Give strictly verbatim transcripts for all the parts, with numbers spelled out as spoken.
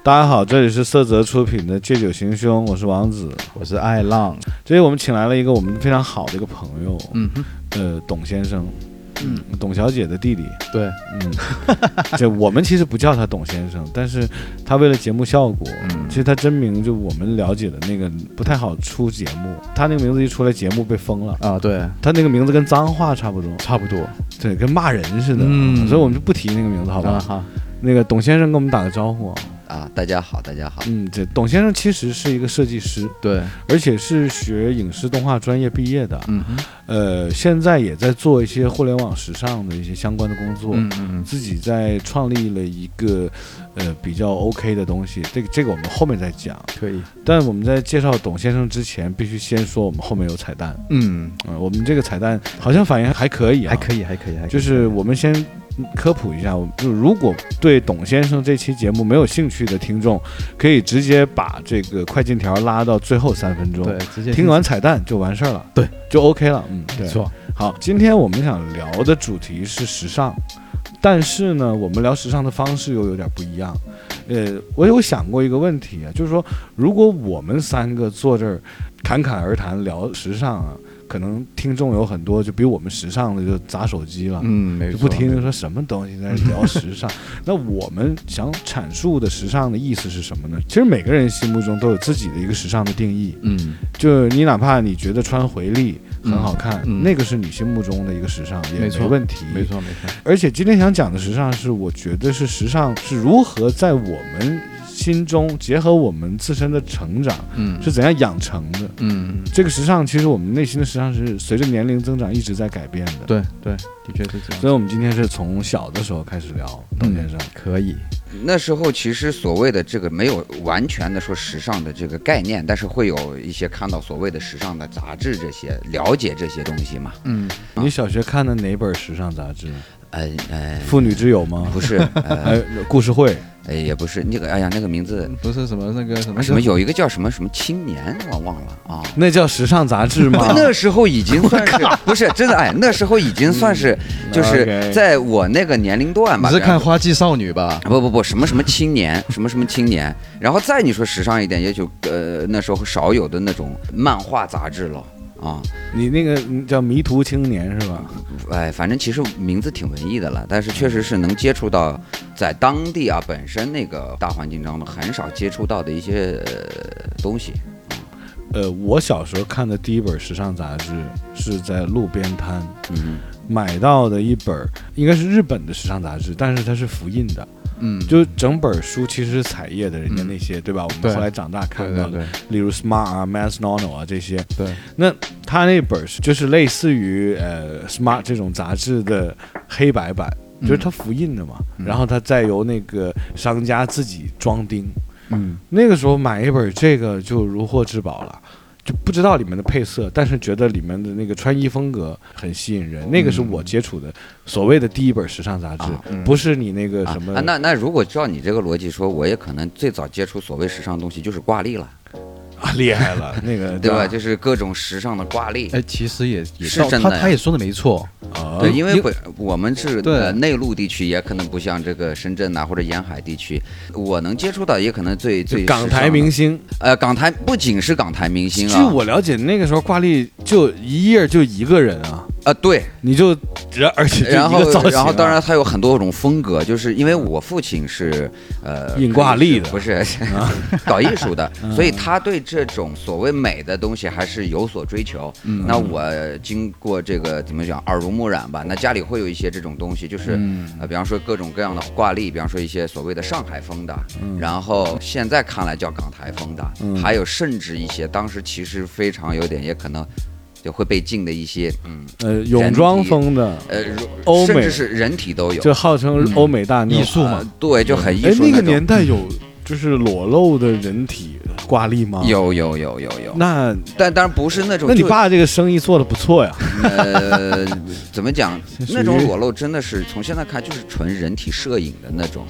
大家好，这里是色泽出品的借酒行凶，我是王子， 我是爱浪。 这里我们请来了一个我们非常好的一个朋友， 嗯哼， 呃，董先生，嗯，董小姐的弟弟， 对， 嗯，这我们其实不叫他董先生，但是他为了节目效果，嗯，其实他真名就我们了解的那个不太好出节目，他那个名字一出来，节目被封了啊，对， 他那个名字跟脏话差不多， 差不多， 对，跟骂人似的，嗯，所以我们就不提那个名字，好吧？好、啊，那个董先生跟我们打个招呼。 啊，大家好，大家好。 嗯，这董先生其实是一个设计师， 对， 而且是学影视动画专业毕业的。 嗯哼， 呃，现在也在做一些互联网时尚的一些相关的工作。 嗯嗯， 自己在创立了一个呃比较 OK 的东西，这个这个我们后面再讲。 可以。但我们在介绍董先生之前，必须先说我们后面有彩蛋。 嗯， 呃、我们这个彩蛋好像反应还可以啊， 还可以，还可以，还可以。 就是我们先科普一下，就如果对董先生这期节目没有兴趣的听众，可以直接把这个快进条拉到最后三分钟， 对，直接听完彩蛋就完事儿了， 对， 就 OK 了。嗯， 没错。 好，今天我们想聊的主题是时尚，但是呢，我们聊时尚的方式又有点不一样。呃，我有想过一个问题啊，就是说，如果我们三个坐这儿侃侃而谈聊时尚啊，可能听众有很多就比我们时尚的就砸手机了， 嗯，没错， 就不听说什么东西在聊时尚。那我们想阐述的时尚的意思是什么呢？其实每个人心目中都有自己的一个时尚的定义， 嗯， 就你哪怕你觉得穿回力很好看， 嗯嗯、 那个是你心目中的一个时尚，也没问题， 没错没错。 而且今天想讲的时尚是，我觉得是时尚是如何在我们心中结合我们自身的成长，嗯，是怎样养成的， 嗯， 这个时尚其实我们内心的时尚是随着年龄增长一直在改变的， 对对，的确是这样。 所以我们今天是从小的时候开始聊，董先生、 嗯、可以。 那时候其实所谓的这个没有完全的说时尚的这个概念，但是会有一些看到所谓的时尚的杂志，这些了解这些东西嘛。 嗯，你小学看的哪本时尚杂志？ 呃呃， 妇女之友吗？ 不是，呃， 故事会。 哎，也不是那个，哎呀，那个名字不是什么那个什么什么，有一个叫什么什么青年，我忘了啊。 那叫时尚杂志吗？ 那时候已经算是不是真的，哎，那时候已经算是就是在我那个年龄段吧。 你是看花季少女吧？ 不不不，什么什么青年，什么什么青年，然后再你说时尚一点，也就呃那时候少有的那种漫画杂志了。啊， 你那个叫迷途青年是吧？ 哎，反正其实名字挺文艺的了，但是确实是能接触到在当地啊本身那个大环境当中很少接触到的一些、呃、东西。 呃，我小时候看的第一本时尚杂志是在路边摊、嗯、买到的一本，应该是日本的时尚杂志，但是它是复印的。嗯，就整本书其实是彩页的，人家那些、嗯、对吧？我们后来长大看到的， 对对对， 例如 Smart 啊、Mass Nono 啊这些。 对， 那他那本就是类似于呃 Smart 这种杂志的黑白版，就是它复印的嘛，嗯、然后它再由那个商家自己装订。嗯，那个时候买一本这个就如获至宝了。就不知道里面的配色，但是觉得里面的那个穿衣风格很吸引人。那个是我接触的所谓的第一本时尚杂志，啊嗯、不是你那个什么。 啊、那那如果照你这个逻辑说，我也可能最早接触所谓时尚的东西就是挂历了。 啊，厉害了，那个对吧？就是各种时尚的挂历。 哎，其实也也是真的， 他他也说的没错。 啊、 对，因为本我们是呃内陆地区，也可能不像这个深圳呐、啊、或者沿海地区，我能接触到也可能最最港台明星。 呃，港台不仅是港台明星啊， 据我了解，那个时候挂历就一页就一个人啊。 啊、呃，对， 你就而且就然后一个造型、啊、 然后当然它有很多种风格，就是因为我父亲是呃印挂历的， 不是、啊、搞艺术的，所以他对这种所谓美的东西还是有所追求。嗯，那我经过这个怎么讲耳濡目染吧，那家里会有一些这种东西，就是、嗯、呃，比方说各种各样的挂历，比方说一些所谓的上海风的，嗯、然后现在看来叫港台风的，嗯、还有甚至一些当时其实非常有点也可能。就会被禁的一些，嗯， 呃，泳装风的， 呃， 欧美甚至是人体都有， 就号称欧美大妞、 艺术嘛、 呃，对，就很艺术。 哎，那个年代有就是裸露的人体挂历吗？ 有有有有有。 那但当然不是那种。 那你爸这个生意做得不错呀。 呃，怎么讲？那种裸露真的是从现在看就是纯人体摄影的那种。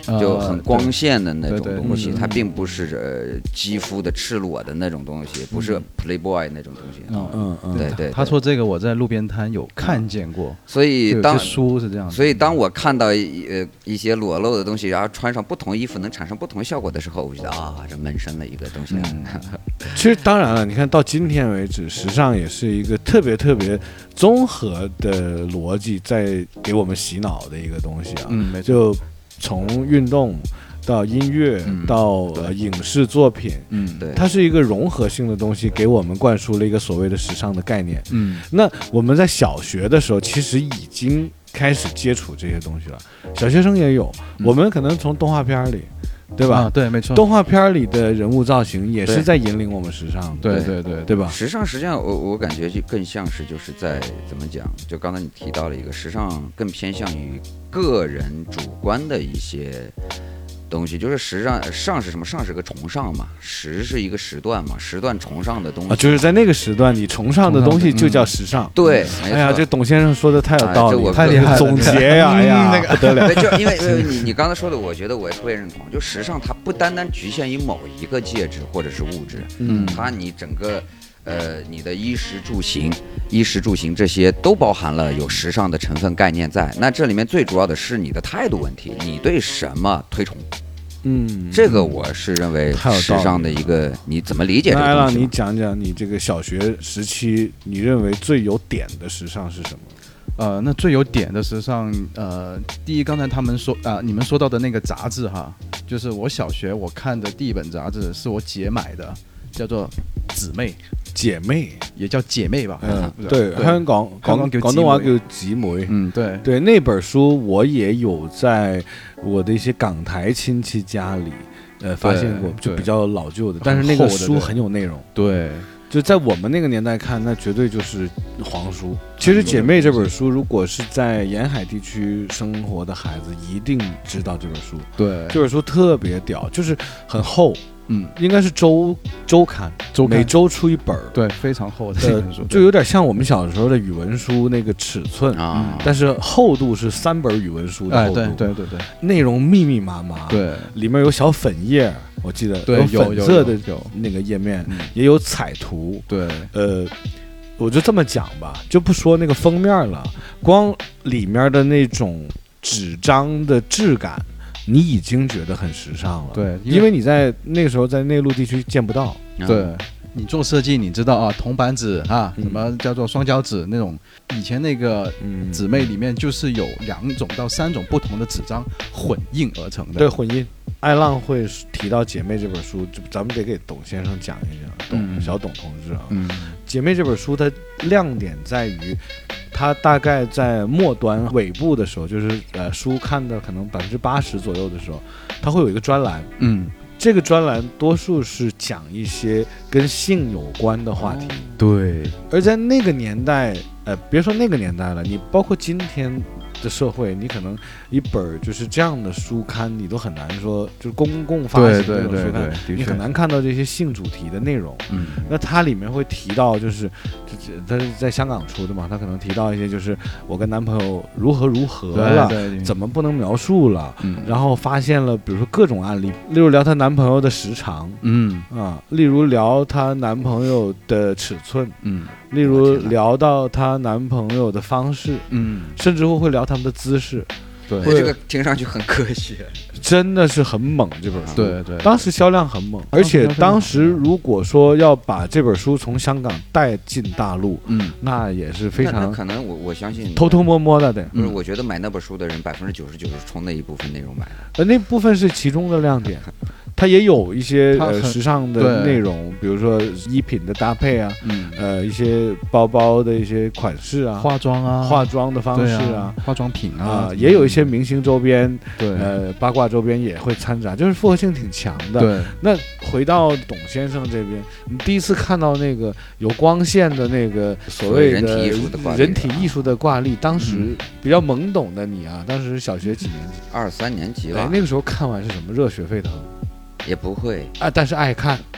就很光线的那种对对东西， 嗯它并不是呃肌肤的赤裸的那种东西，不是 Playboy 那种东西。 嗯嗯嗯， 对对， 他说这个我在路边摊有看见过， 所以当书是这样， 所以当我看到一呃一些裸露的东西，然后穿上不同衣服能产生不同效果的时候，我觉得啊，这闷声了一个东西。 嗯其实当然了，你看到今天为止，时尚也是一个特别特别综合的逻辑，在给我们洗脑的一个东西啊。 嗯，没错， 就从运动到音乐、 嗯、 到、呃、影视作品， 嗯， 对， 它是一个融合性的东西，给我们灌输了一个所谓的时尚的概念。 嗯， 那我们在小学的时候，其实已经开始接触这些东西了，小学生也有， 嗯、 我们可能从动画片里。对吧、 啊？对，没错。 动画片里的人物造型也是在引领我们时尚。 对对对， 对吧？ 时尚实际上我，我我感觉就更像是就是在怎么讲？就刚才你提到了一个时尚，更偏向于个人主观的一些东西，就是时尚上是什么？上是个崇尚嘛，时是一个时段嘛，时段崇尚的东西、 啊、就是在那个时段你崇尚的东西就叫时尚。 嗯、对， 哎呀，这董先生说的太有道理， 哎、 太厉害了， 总结呀，哎呀，那个不得了。 对，就因为因为你你刚才说的，我觉得我也特别认同。就时尚它不单单局限于某一个介质或者是物质， 嗯， 它你整个。呃，你的衣食住行，衣食住行这些都包含了有时尚的成分概念在。那这里面最主要的是你的态度问题，你对什么推崇？ 嗯， 这个我是认为时尚的一个，你怎么理解这个东西？ 那让你讲讲你这个小学时期，你认为最有点的时尚是什么？ 呃，那最有点的时尚，呃，第一，刚才他们说啊、呃，你们说到的那个杂志哈，就是我小學我看的第一本杂志是我姐買的，叫做《姊妹》。 姐妹也叫姐妹吧？ 嗯，對，香港廣廣東話叫姊妹。 嗯，對對，那本書我也有在我的一些港台親戚家裡，呃，發現過，就比較老舊的，但是那個書很有內容。 對。 就在我們那個年代看，那絕對就是黃書。其實《姐妹》這本書，如果是在沿海地區生活的孩子，一定知道這本書。 對， 這本書特別屌，就是很厚。 嗯， 應該是周周刊， 周每周出一本， 對，非常厚的一本書， 就有點像我們小時候的語文書那個尺寸啊， 但是厚度是三本語文書的厚度， 哎、對對對對， 內容密密麻麻， 對， 裡面有小粉頁，我記得對有粉色的那個頁面，也有彩圖， 對， 呃，我就這麼講吧，就不說那個封面了，光裡面的那種紙張的質感。你已經覺得很時尚了， 對， 因為你在那個時候在內陸地區見不到。 對，你做設計，你知道啊，銅板紙啊，什麼叫做雙膠紙那種，以前那個姊妹裡面就是有兩種到三種不同的紙張混印而成的。 對，混印。愛浪會提到《姐妹》這本書，咱們得給董先生講一講，董、嗯、小董同志啊。嗯，《姐妹》這本書它亮點在於。它大概在末端尾部的時候，就是呃書看的可能百分之八十左右的時候，它會有一個專欄。嗯，這個專欄多數是講一些跟性有關的話題。哦、 對， 而在那個年代，呃，別說那個年代了，你包括今天的社會，你可能一本就是這樣的書刊，你都很難說，就是公共發行這種書刊，你很難看到這些性主題的內容。嗯，那它裡面會提到，就是，就它是在香港出的嘛，它可能提到一些，就是我跟男朋友如何如何了， 對對對， 怎麼不能描述了， 嗯， 然後發現了，比如說各種案例，例如聊她男朋友的時長， 嗯啊，例如聊她男朋友的尺寸， 嗯。 例如聊到她男朋友的方式， 嗯， 甚至乎會聊他們的姿勢， 對， 這個聽上去很科學， 真的是很猛。這本書， 對對， 當時銷量很猛，而且當時如果說要把這本書從香港帶進大陸，嗯，那也是非常， 那可能我我相信偷偷摸摸的，對， 不是，我覺得買那本書的人百分之九十九是從那一部分內容買的， 呃，那部分是其中的亮點。它也有一些呃時尚的內容，比如說衣品的搭配啊，嗯，呃一些包包的一些款式啊， 化妝啊， 化妝的方式啊， 化妝品啊， 啊也有一些明星周邊， 對， 呃八卦周邊也會摻雜，就是複合性挺強的。 對， 那回到董先生這邊，你第一次看到那個有光線的那個所謂的人體藝術的掛歷，當時比較懵懂的你啊，當時小學幾年級？ 二三年級吧。 哎，那個時候看完是什麼？熱血沸騰？ 也不會啊，但是愛看，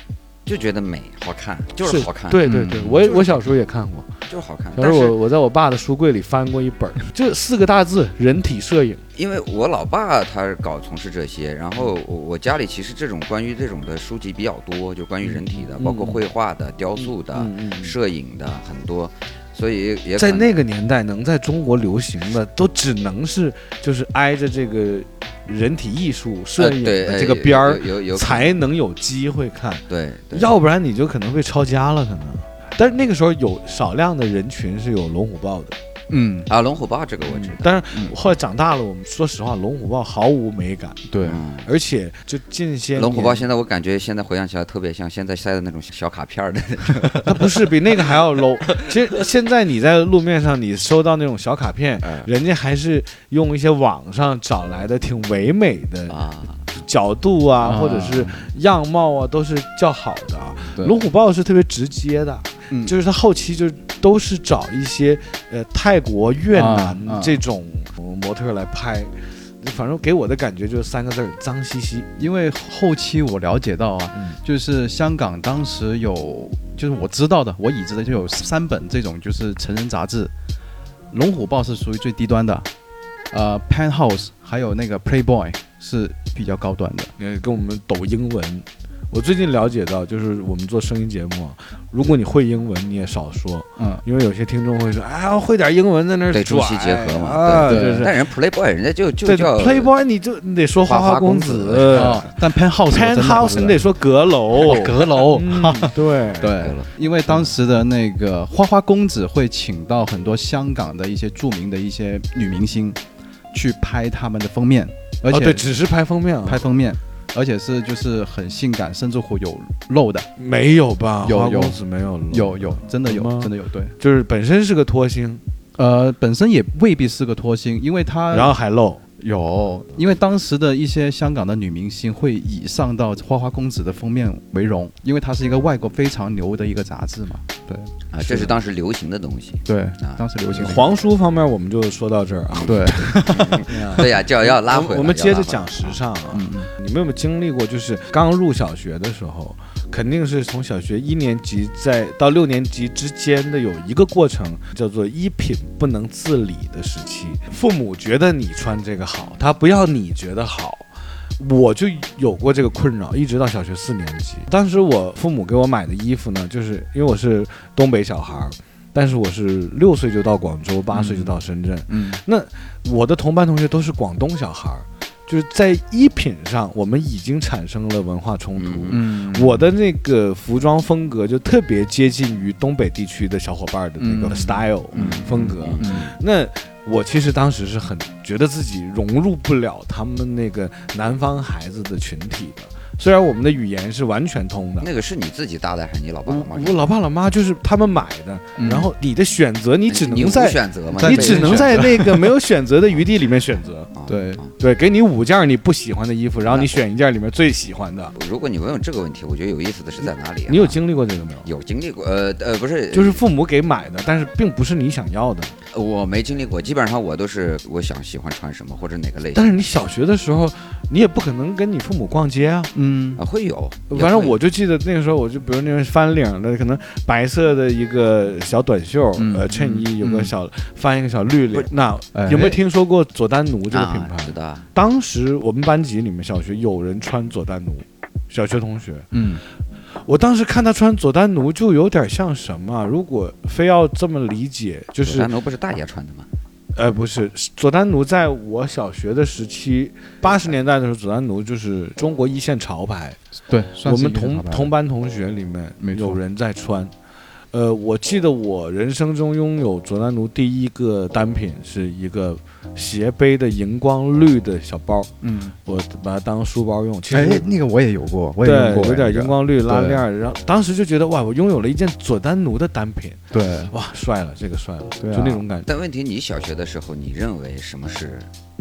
就觉得美好看，就是好看。 对对对， 嗯、 我也我小时候也看过， 就是好看。 但是我我在我爸的书柜里翻过一本，就四个大字：人体摄影。 因为我老爸他搞从事这些，然后我我家里其实这种关于这种的书籍比较多，就关于人体的， 嗯、 包括绘画的、雕塑的、 嗯嗯、 摄影的很多。所以也在那个年代能在中国流行的都只能是就是挨着这个人体艺术摄影的这个边儿、呃、才能有机会看， 对，对要不然你就可能被抄家了可能。但是那个时候有少量的人群是有龙虎豹的。 嗯啊，龙虎豹这个我知道， 但是后来长大了，我们说实话，龙虎豹毫无美感， 对， 嗯、 而且就近些年龙虎豹现在我感觉现在回想起来特别像现在塞的那种小卡片的， 它不是比那个还要 low。其实现在你在路面上你收到那种小卡片， 嗯、 人家还是用一些网上找来的挺唯美的啊角度啊， 啊或者是样貌啊，都是较好的啊。龙虎豹是特别直接的。嗯、就是他后期就都是找一些呃泰国、越南这种模特来拍，啊啊、反正给我的感觉就是三个字：脏兮兮。 因为后期我了解到啊，嗯、就是香港当时有，就是我知道的，我已知的就有三本这种就是成人杂志，龙虎豹是属于最低端的，呃 ，Penthouse 还有那个 Playboy 是比较高端的， 跟我们抖英文。我最近了解到，就是我们做声音节目，如果你会英文，你也少说，嗯，因为有些听众会说，哎，会点英文在那儿对中西结合嘛， 啊， 对对。 但人 Playboy 人家就就叫 Playboy， 你就你得说花花公子， 呃，但 Penthouse Penthouse 你得说阁楼， 阁楼， 对对，因为当时的那个花花公子会请到很多香港的一些著名的一些女明星去拍他们的封面，而且对，只是拍封面， 拍封面。而且是就是很性感，甚至会有露的， 没有吧？ 有有公子没有露， 有有真的有真的有，对， 就是本身是个脱星， 呃，本身也未必是个脱星，因为他然后还露。 有，因为当时的一些香港的女明星会以上到花花公子的封面为荣，因为它是一个外国非常牛的一个杂志嘛。对啊，这是当时流行的东西。 对啊， 当时流行。 黄书方面我们就说到这儿啊。 对， 对呀，就要要拉回来。 我们接着讲时尚啊。嗯嗯。你们有没有经历过，就是刚入小学的时候，肯定是从小学一年级在到六年级之间的有一个过程，叫做衣品不能自理的时期。父母觉得你穿这个好，他不要你觉得好。我就有过这个困扰，一直到小学四年级。当时我父母给我买的衣服呢，就是因为我是东北小孩，但是我是六岁就到广州，八岁就到深圳。嗯，那我的同班同学都是广东小孩，就是在衣品上我们已经产生了文化冲突。嗯，我的那个服装风格就特别接近于东北地区的小伙伴的那个 style、嗯、风格。嗯，那我其实当时是很觉得自己融入不了他们那个南方孩子的群体的，虽然我们的语言是完全通的。 那个是你自己搭的还是你老爸老妈？ 我老爸老妈就是他们买的，嗯、然后你的选择你只能在你选择嘛， 你只能在那个没有选择的余地里面选择。 对对，给你五件你不喜欢的衣服，然后你选一件里面最喜欢的。 如果你问我这个问题，我觉得有意思的是在哪里、啊？ 你有经历过这个没有？ 有经历过，呃呃，不是， 就是父母给买的，但是并不是你想要的。 我没经历过，基本上我都是我想喜欢穿什么或者哪个类型。 但是你小学的时候，你也不可能跟你父母逛街啊。 嗯啊，会有。 反正我就记得那个时候，我就比如那种翻领的，可能白色的一个小短袖，嗯、呃，衬衣有个小、嗯、翻一个小绿领。那、哎、有没有听说过佐丹奴这个品牌？ 知道、啊。 当时我们班级里面小学有人穿佐丹奴，小学同学。嗯。我当时看他穿佐丹奴就有点像什么，如果非要这么理解，就是佐丹奴不是大爷穿的吗？ 呃，不是，佐丹奴在我小学的时期，八十年代的时候，佐丹奴就是中国一线潮牌。 对， 我们同同班同学里面有人在穿。呃，我记得我人生中拥有佐丹奴第一个单品是一个斜背的荧光绿的小包，嗯，我把它当书包用。其实哎，那个我也有过，我也用过， 对，有点荧光绿拉链，然后当时就觉得哇，我拥有了一件佐丹奴的单品， 对， 哇，帅了，这个帅了， 对、啊， 就那种感觉。 但问题，你小学的时候，你认为什么是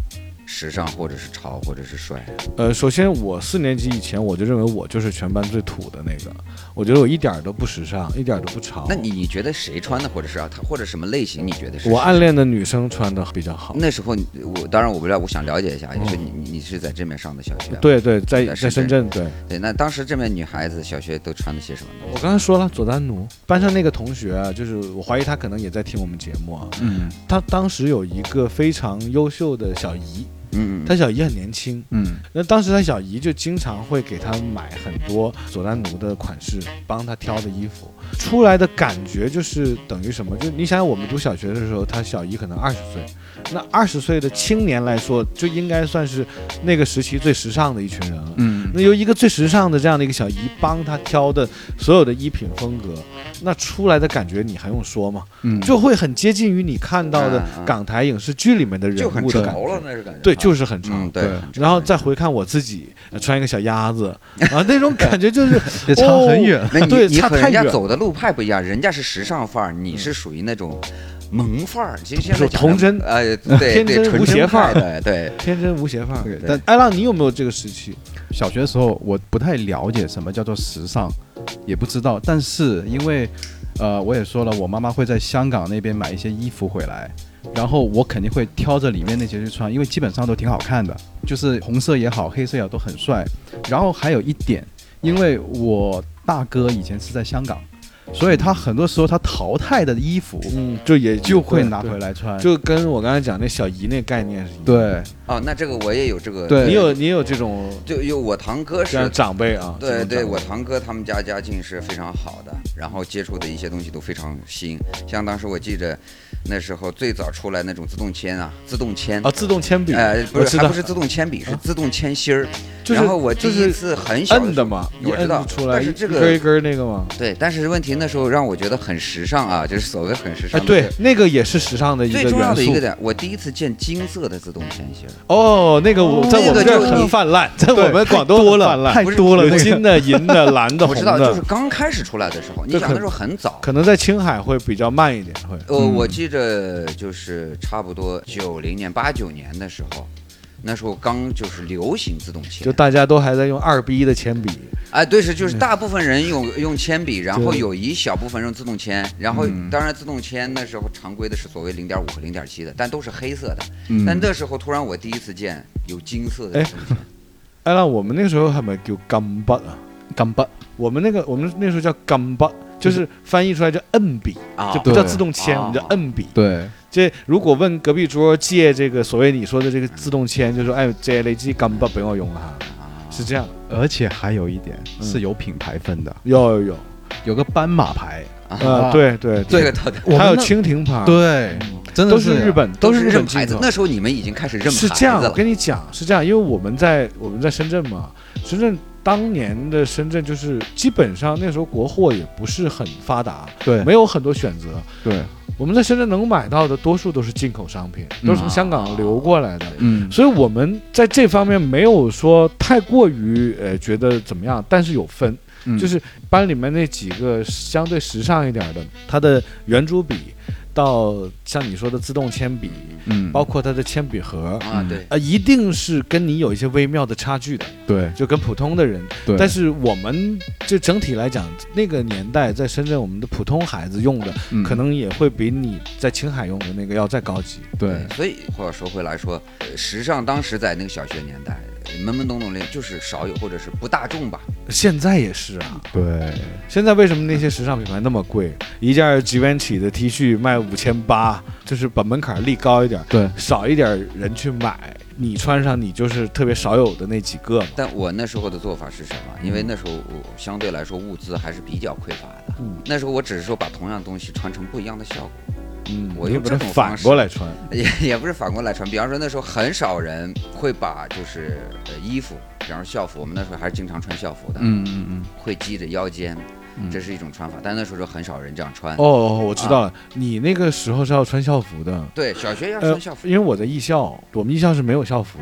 时尚或者是潮或者是帅？ 呃，首先我四年级以前我就认为我就是全班最土的那个，我觉得我一点都不时尚，一点都不潮。 那你你觉得谁穿的或者是啊，他或者什么类型你觉得是？ 我暗恋的女生穿的比较好。 那时候我当然我不知道，我想了解一下，就是你你你是在这边上的小学？ 对对，在在在深圳，对对。那当时这边女孩子小学都穿的些什么东西？ 我刚才说了，佐丹奴班上那个同学啊，就是我怀疑他可能也在听我们节目啊。嗯，他当时有一个非常优秀的小姨。嗯，他小姨很年轻，嗯，那当时他小姨就经常会给他买很多佐丹奴的款式，帮他挑的衣服，出来的感觉就是等于什么？就你想想，我们读小学的时候，他小姨可能二十岁，那二十岁的青年来说，就应该算是那个时期最时尚的一群人了。嗯，那由一个最时尚的这样的一个小姨帮他挑的所有的衣品风格，那出来的感觉你还用说吗？嗯，就会很接近于你看到的港台影视剧里面的人物的感觉， 就很潮了，那是感觉。 对。就是很潮、 嗯，对。 然后再回看我自己，穿一个小鸭子，啊，那种感觉就是也差很远。 那、哦、 对， 你和差太远。 人家走的路派不一样，人家是时尚范儿，你是属于那种萌范儿。其实现在童真， 呃，对对， 纯无邪范儿， 对对， 天真无邪范儿。 但艾浪，你有没有这个时期？ 小学的时候，我不太了解什么叫做时尚，也不知道。但是因为，呃，我也说了，我妈妈会在香港那边买一些衣服回来。然后我肯定会挑着里面那些去穿，因为基本上都挺好看的，就是红色也好，黑色也好都很帅。然后还有一点，因为我大哥以前是在香港，所以他很多时候他淘汰的衣服， 嗯，就也就会拿回来穿， 就跟我刚才讲那小姨那概念是一样。 对， 哦，那这个我也有这个， 对，你有你有这种， 就有我堂哥是长辈啊， 对对，我堂哥他们家家境是非常好的，然后接触的一些东西都非常新，像当时我记着。那时候最早出来那种自动铅啊，自动铅啊，自动铅笔， 呃，不是，还不是自动铅笔，是自动铅芯儿。 就是、 然后我第一次很小的嘛， 我知道出来， 但是这个一根一根那个嘛， 对。但是问题那时候让我觉得很时尚啊，就是所谓很时尚。 哎，对，那个也是时尚的一个元素。 最重要的一个点，我第一次见金色的自动铅芯。 哦，那个我在我们这儿很泛滥，在我们广东泛滥， 太多了， 有金的、银的、蓝的、红的。 我知道，就是刚开始出来的时候，你想那时候很早， 可能在青海会比较慢一点，会。 呃，我记着就。就是差不多九零年、八九年的时候，那时候刚就是流行自动铅， 就大家都还在用二 B 的铅笔。 哎，对，是就是大部分人用用铅笔，然后有一小部分用自动铅，然后当然自动铅那时候常规的是所谓零点五和零点七的，但都是黑色的。嗯、但那时候突然我第一次见有金色的自动铅。 哎，那我们那时候还没叫钢笔啊， 钢笔， 我们那个我们那时候叫钢笔。就是翻译出来叫摁笔，就不叫自动铅，我们叫摁笔。 对， 这如果问隔壁桌借这个所谓你说的这个自动铅，就说哎，这类机钢笔不要用哈，是这样。 而且还有一点是有品牌分的， 有有有， 有个斑马牌， 啊，对对， 这个到底还有蜻蜓牌， 对，真的都是日本， 都是认牌子。那时候你们已经开始认牌子了。 是这样，我跟你讲是这样，因为我们在我们在深圳嘛，深圳。当年的深圳就是基本上那时候国货也不是很发达， 对， 没有很多选择。 对， 我们在深圳能买到的多数都是进口商品，嗯、都是从香港流过来的。嗯，所以我们在这方面没有说太过于呃觉得怎么样，但是有分，嗯、就是班里面那几个相对时尚一点的，它的圆珠笔。到像你说的自动铅笔，嗯，包括它的铅笔盒啊，对， 呃，一定是跟你有一些微妙的差距的， 对， 就跟普通的人， 对。 但是我们就整体来讲，那个年代在深圳，我们的普通孩子用的，嗯、可能也会比你在青海用的那个要再高级， 对。 所以话说回来说，时尚当时在那个小学年代。懵懵懂懂的，就是少有或者是不大众吧。 现在也是啊， 对。 现在为什么那些时尚品牌那么贵？一件Givenchy的 T 恤卖五千八，就是把门槛立高一点， 对， 少一点人去买，你穿上你就是特别少有的那几个。 但我那时候的做法是什么？因为那时候我相对来说物资还是比较匮乏的。嗯，那时候我只是说把同样东西穿成不一样的效果。 嗯， 我用这种反过来穿， 也也不是反过来穿。比方说那时候很少人会把就是呃衣服，比方说校服，我们那时候还是经常穿校服的， 嗯嗯嗯， 会系着腰间，这是一种穿法。但那时候就很少人这样穿。 哦，我知道了，啊、你那个时候是要穿校服的。 对，小学要穿校服、 呃。因为我在艺校，我们艺校是没有校服的。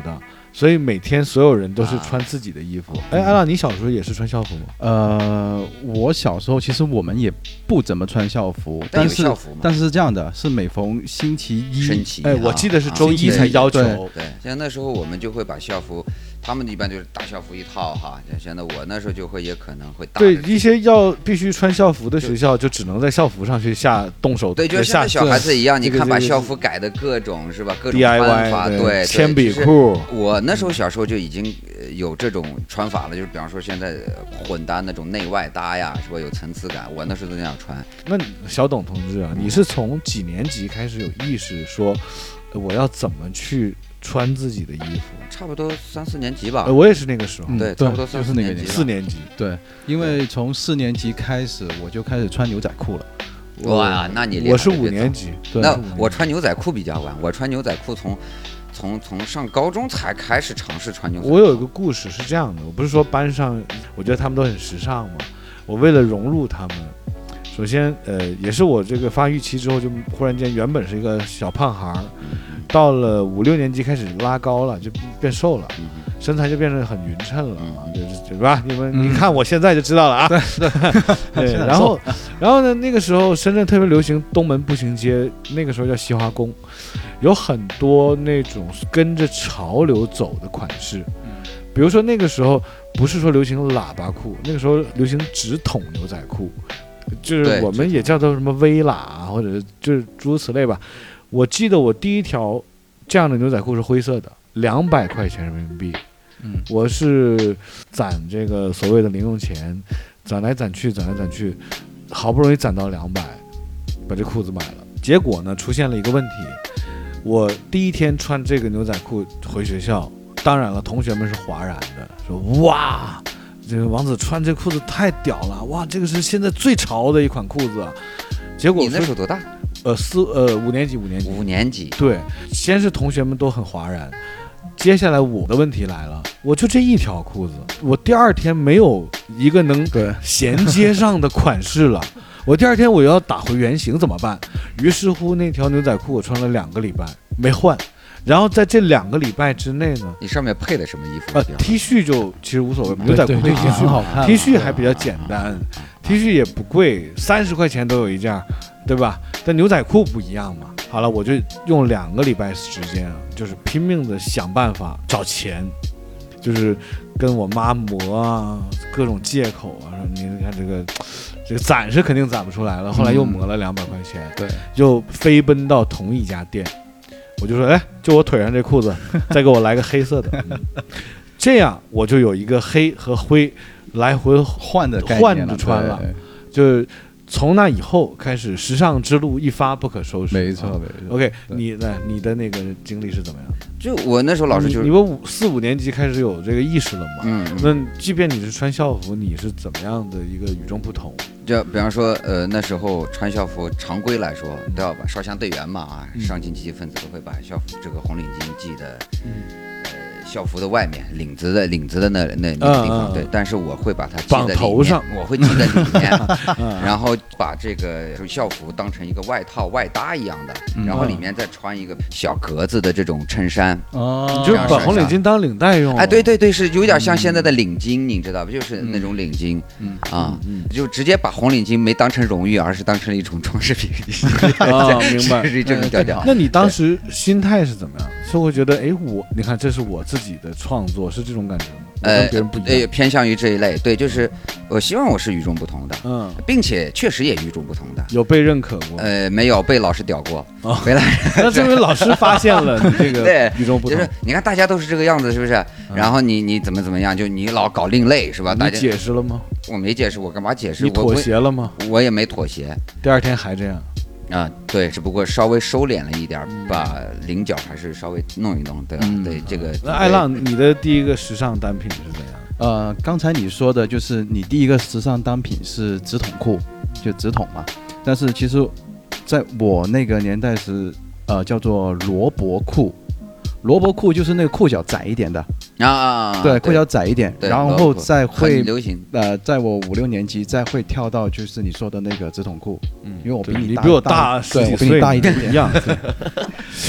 所以每天所有人都是穿自己的衣服。哎、啊，阿浪，你小时候也是穿校服吗？ 呃，我小时候其实我们也不怎么穿校服，但是但是是这样的，是每逢星期一， 升旗， 哎，我记得是周一才要求。 对，对像那时候我们就会把校服，他们一般就是大校服一套哈。现在我那时候就会也可能会大。 对，一些要必须穿校服的学校，就只能在校服上去下动手。 对，就像小孩子一样，你看把校服改的各种是吧？各种 D I Y 穿法，对， 铅笔裤。 我那时候小时候就已经有这种穿法了，就是比方说现在混搭那种内外搭呀，是吧？有层次感。我那时候都那样穿。 那小董同志啊，你是从几年级开始有意识说，我要怎么去穿自己的衣服？ 差不多三四年级吧。 呃、我也是那个时候， 嗯、对，差不多三四年级。 四年级， 对，因为从四年级开始我就开始穿牛仔裤了。 哇，那你我是五年级， 那我穿牛仔裤比较晚，我穿牛仔裤从。从从上高中才开始尝试穿牛仔裤。 我有一个故事是这样的，我不是说班上，我觉得他们都很时尚嘛。我为了融入他们，首先呃，也是我这个发育期之后，就忽然间原本是一个小胖孩儿，到了五六年级开始拉高了，就变瘦了，身材就变得很匀称了，就是对吧？你们、嗯、你看我现在就知道了啊。对对对，然后然后呢，那个时候深圳特别流行东门步行街，那个时候叫西华宫。有很多那种跟着潮流走的款式，比如说那个时候不是说流行喇叭裤，那个时候流行直筒牛仔裤，就是我们也叫做什么微喇啊，或者就是诸如此类吧。我记得我第一条这样的牛仔裤是灰色的，两百块钱人民币。嗯，我是攒这个所谓的零用钱，攒来攒去，攒来攒去，好不容易攒到两百，把这裤子买了。结果呢，出现了一个问题。我第一天穿这个牛仔裤回学校，当然了，同学们是哗然的，说哇，这个王子穿这裤子太屌了，哇，这个是现在最潮的一款裤子啊。结果你那时候多大？ 呃，四呃五年级，五年级， 五年级。 对，先是同学们都很哗然，接下来我的问题来了，我就这一条裤子，我第二天没有一个能衔接上的款式了。我第二天我要打回原形怎么办？于是乎那条牛仔裤我穿了两个礼拜没换，然后在这两个礼拜之内呢， 你上面配的什么衣服？ 呃 ，T 恤就其实无所谓，牛仔裤就已经很好看了 ，T 恤还比较简单 ，T 恤也不贵，三十块钱都有一件，对吧？但牛仔裤不一样嘛。好了，我就用两个礼拜时间，就是拼命的想办法找钱。就是跟我妈磨啊，各种借口啊，说你看这个，这个攒是肯定攒不出来了。后来又磨了两百块钱， 对， 就飞奔到同一家店，我就说，哎，就我腿上这裤子，再给我来个黑色的，嗯、这样我就有一个黑和灰来回换的换着穿了，就。从那以后开始，时尚之路一发不可收拾。 没错，没错。 OK， 你呢？你的那个经历是怎么样的？ 就我那时候老师就是你们五四五年级开始有这个意识了嘛？ 嗯。 那即便你是穿校服，你是怎么样的一个与众不同？ 就比方说，呃，那时候穿校服，常规来说都要把少先队员嘛啊，嗯、上进积极分子都会把校服这个红领巾系的，嗯。校服的外面，领子的领子的那那那个地方，嗯、对，但是我会把它系在头上， 我会系在里面，然后把这个校服当成一个外套外搭一样的，嗯、然后里面再穿一个小格子的这种衬衫， 哦，你就把红领巾当领带用， 哎，对对对，是有点像现在的领巾，你知道吧？就是那种领巾，嗯啊，嗯就直接把红领巾没当成荣誉，而是当成了一种装饰品， 啊，明白， 是这种调调。 那你当时心态是怎么样？是会觉得，哎，我你看，这是我自己。自己的创作是这种感觉吗？ 呃，呃，偏向于这一类，对，就是我希望我是与众不同的，嗯，并且确实也与众不同的， 有被认可过？ 呃，没有被老师屌过， 哦， 没来， 那证明老师发现了你这个对与众不同。 就是你看大家都是这个样子，是不是？嗯、然后你你怎么怎么样，就你老搞另类，是吧？ 你解释了吗？ 我没解释，我干嘛解释？ 你妥协了吗？ 我, 我也没妥协。 第二天还这样。 啊，对，只不过稍微收敛了一点，嗯、把菱角还是稍微弄一弄，对吧？嗯、对这个。 那艾浪，你的第一个时尚单品是怎样？ 呃，刚才你说的就是你第一个时尚单品是直筒裤，就直筒嘛。但是其实，在我那个年代是呃叫做罗伯裤，罗伯裤就是那个裤脚窄一点的啊， 对，裤脚窄一点，然后再会流行。 呃，在我五六年级再会跳到就是你说的那个直筒裤，嗯，因为我比你大， 比我大十几岁， 我比你大一点点， 一样。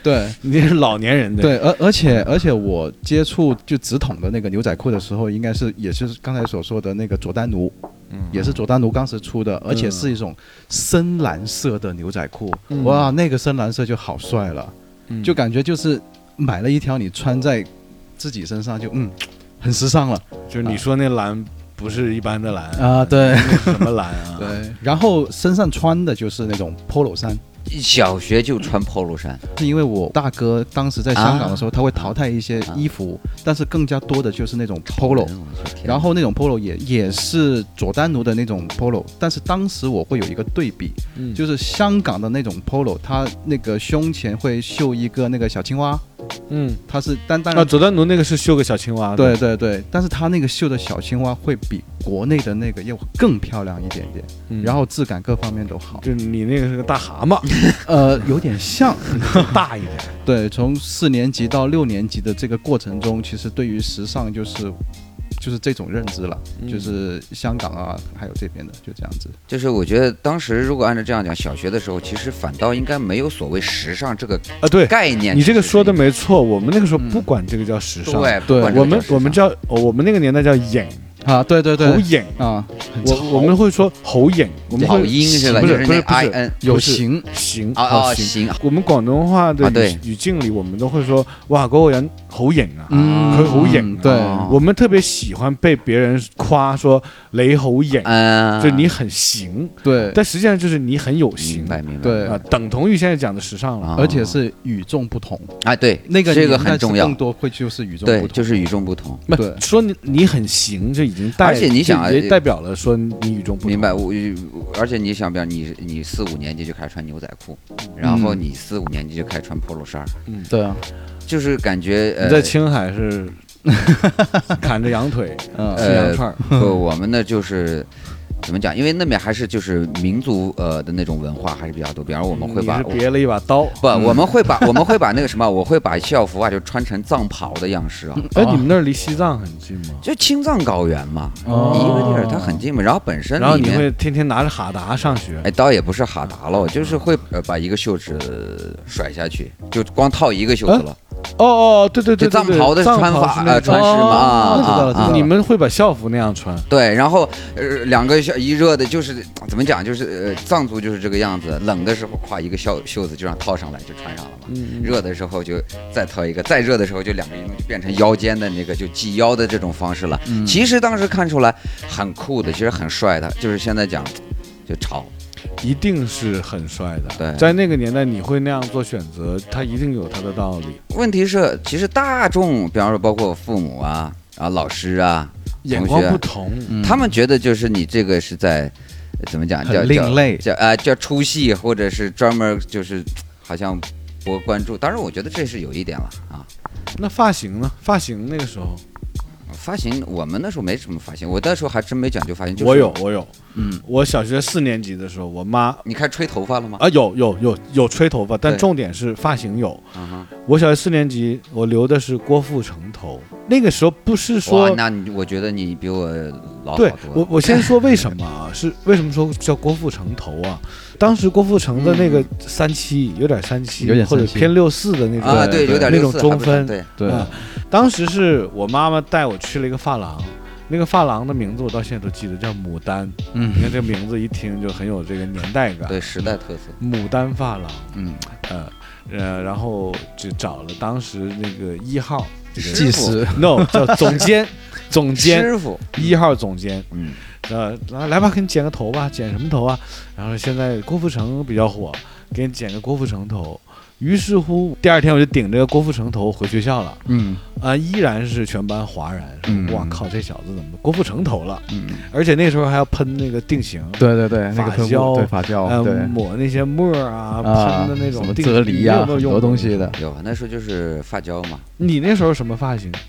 对， 你是老年人的。 对，而而且而且我接触就直筒的那个牛仔裤的时候，应该是也是刚才所说的那个佐丹奴，嗯，也是佐丹奴当时出的，而且是一种深蓝色的牛仔裤，嗯、哇，那个深蓝色就好帅了，嗯、就感觉就是买了一条你穿在自己身上就嗯很时尚了。 就是你说那蓝。不是一般的蓝啊，对， 什么蓝啊？ 对，然后身上穿的就是那种 polo 衫， 小学就穿 polo 衫， 是因为我大哥当时在香港的时候，啊、他会淘汰一些衣服，啊、但是更加多的就是那种 polo，、嗯、然后那种 polo 也也是佐丹奴的那种 polo， 但是当时我会有一个对比，嗯、就是香港的那种 polo， 它那个胸前会绣一个那个小青蛙。嗯，它是单单啊，佐丹奴那个是绣个小青蛙的， 对对对，但是它那个绣的小青蛙会比国内的那个要更漂亮一点点，嗯、然后质感各方面都好。 就你那个是个大蛤蟆， 呃，有点像， 大一点。 对，从四年级到六年级的这个过程中，其实对于时尚就是就是这种认知了，嗯、就是香港啊，还有这边的就这样子。 就是我觉得当时如果按照这样讲，小学的时候其实反倒应该没有所谓时尚这个啊对概念。 你这个说的没错，我们那个时候不管这个叫时尚， 对对，我们我们叫我们那个年代叫影。 啊，对对对， 猴影啊， 我我们会说猴影，我们会音是吧？ 不是不是不是， 有形形啊啊形。 我们广东话的语境里，我们都会说哇，嗰個人好型啊，佢好型。 对， 我们特别喜欢被别人夸说你好型，就你很型。 对， 但实际上就是你很有型。 明白明白。 对啊，等同于现在讲的时尚了， 而且是与众不同啊。对， 那个这个很重要， 更多会就是与众不同， 就是与众不同。 对，说你你很型，就已经代， 而且你想。 也代表了说你与众不同。 明白，我而且你想，比方你你四五年级就开始穿牛仔裤，然后你四五年级就开始穿 polo 衫， 嗯，对啊， 就是感觉你在青海是砍着羊腿，吃羊串。 不，我们呢就是怎么讲？因为那边还是就是民族呃的那种文化还是比较多。比方说我们会把你是别了一把刀， 不，我们会把我们会把那个什么，我会把校服啊就穿成藏袍的样式啊。 哎，你们那儿离西藏很近吗？ 就青藏高原嘛，一个地儿它很近嘛。然后本身然后你会天天拿着哈达上学？ 哎，倒也不是哈达了，就是会呃把一个袖子甩下去，就光套一个袖子了。 哦哦，对对对， 藏袍的穿法呃穿式嘛啊，你们会把校服那样穿？ 对，然后呃两个一热的，就是怎么讲，就是呃藏族就是这个样子，冷的时候挎一个袖袖子就让套上来就穿上了嘛，嗯、热的时候就再套一个，再热的时候就两个就变成腰间的那个就系腰的这种方式了。嗯、其实当时看出来很酷的，其实很帅的，就是现在讲就潮。 一定是很帅的， 对， 在那个年代你会那样做选择，它一定有它的道理。 问题是，其实大众，比方说包括父母啊、啊老师啊、 眼光不同， 嗯、他们觉得就是你这个是在怎么讲叫另类， 叫啊、呃、叫出戏，或者是专门就是好像博关注。当然，我觉得这是有一点了啊。 那发型呢？发型那个时候。 发型，我们那时候没什么发型，我那时候还真没讲究发型。就是、 我有，我有，嗯，我小学四年级的时候，我妈， 你开始吹头发了吗？ 啊，有有有有吹头发，但重点是发型有。Uh-huh. 我小学四年级，我留的是郭富城头。那个时候不是说， 那你我觉得你比我老好多。 对，我我先说为什么啊？是为什么说叫郭富城头啊？当时郭富城的那个三七、嗯、有点三七， 有点或者偏六四的那种啊，对，有点那种中分， 对对、 啊。当时是我妈妈带我去了一个发廊，那个发廊的名字我到现在都记得，叫牡丹。嗯，你看这个名字一听就很有这个年代感， 对，时代特色。 牡丹发廊， 嗯呃呃，然后就找了当时那个一号这个技师 ，no 叫总监，总监师傅， 一号总监， 嗯。 呃，来吧，给你剪个头吧，剪什么头啊？然后现在郭富城比较火，给你剪个郭富城头。于是乎，第二天我就顶着郭富城头回学校了。嗯，啊，依然是全班哗然。嗯，哇靠，这小子怎么郭富城头了？嗯，而且那时候还要喷那个定型。 对对对， 发胶， 对发胶， 呃， 对， 抹那些沫啊，喷的那种什么啫喱啊，很多东西的。 有，那时候就是发胶嘛。 你那时候什么发型？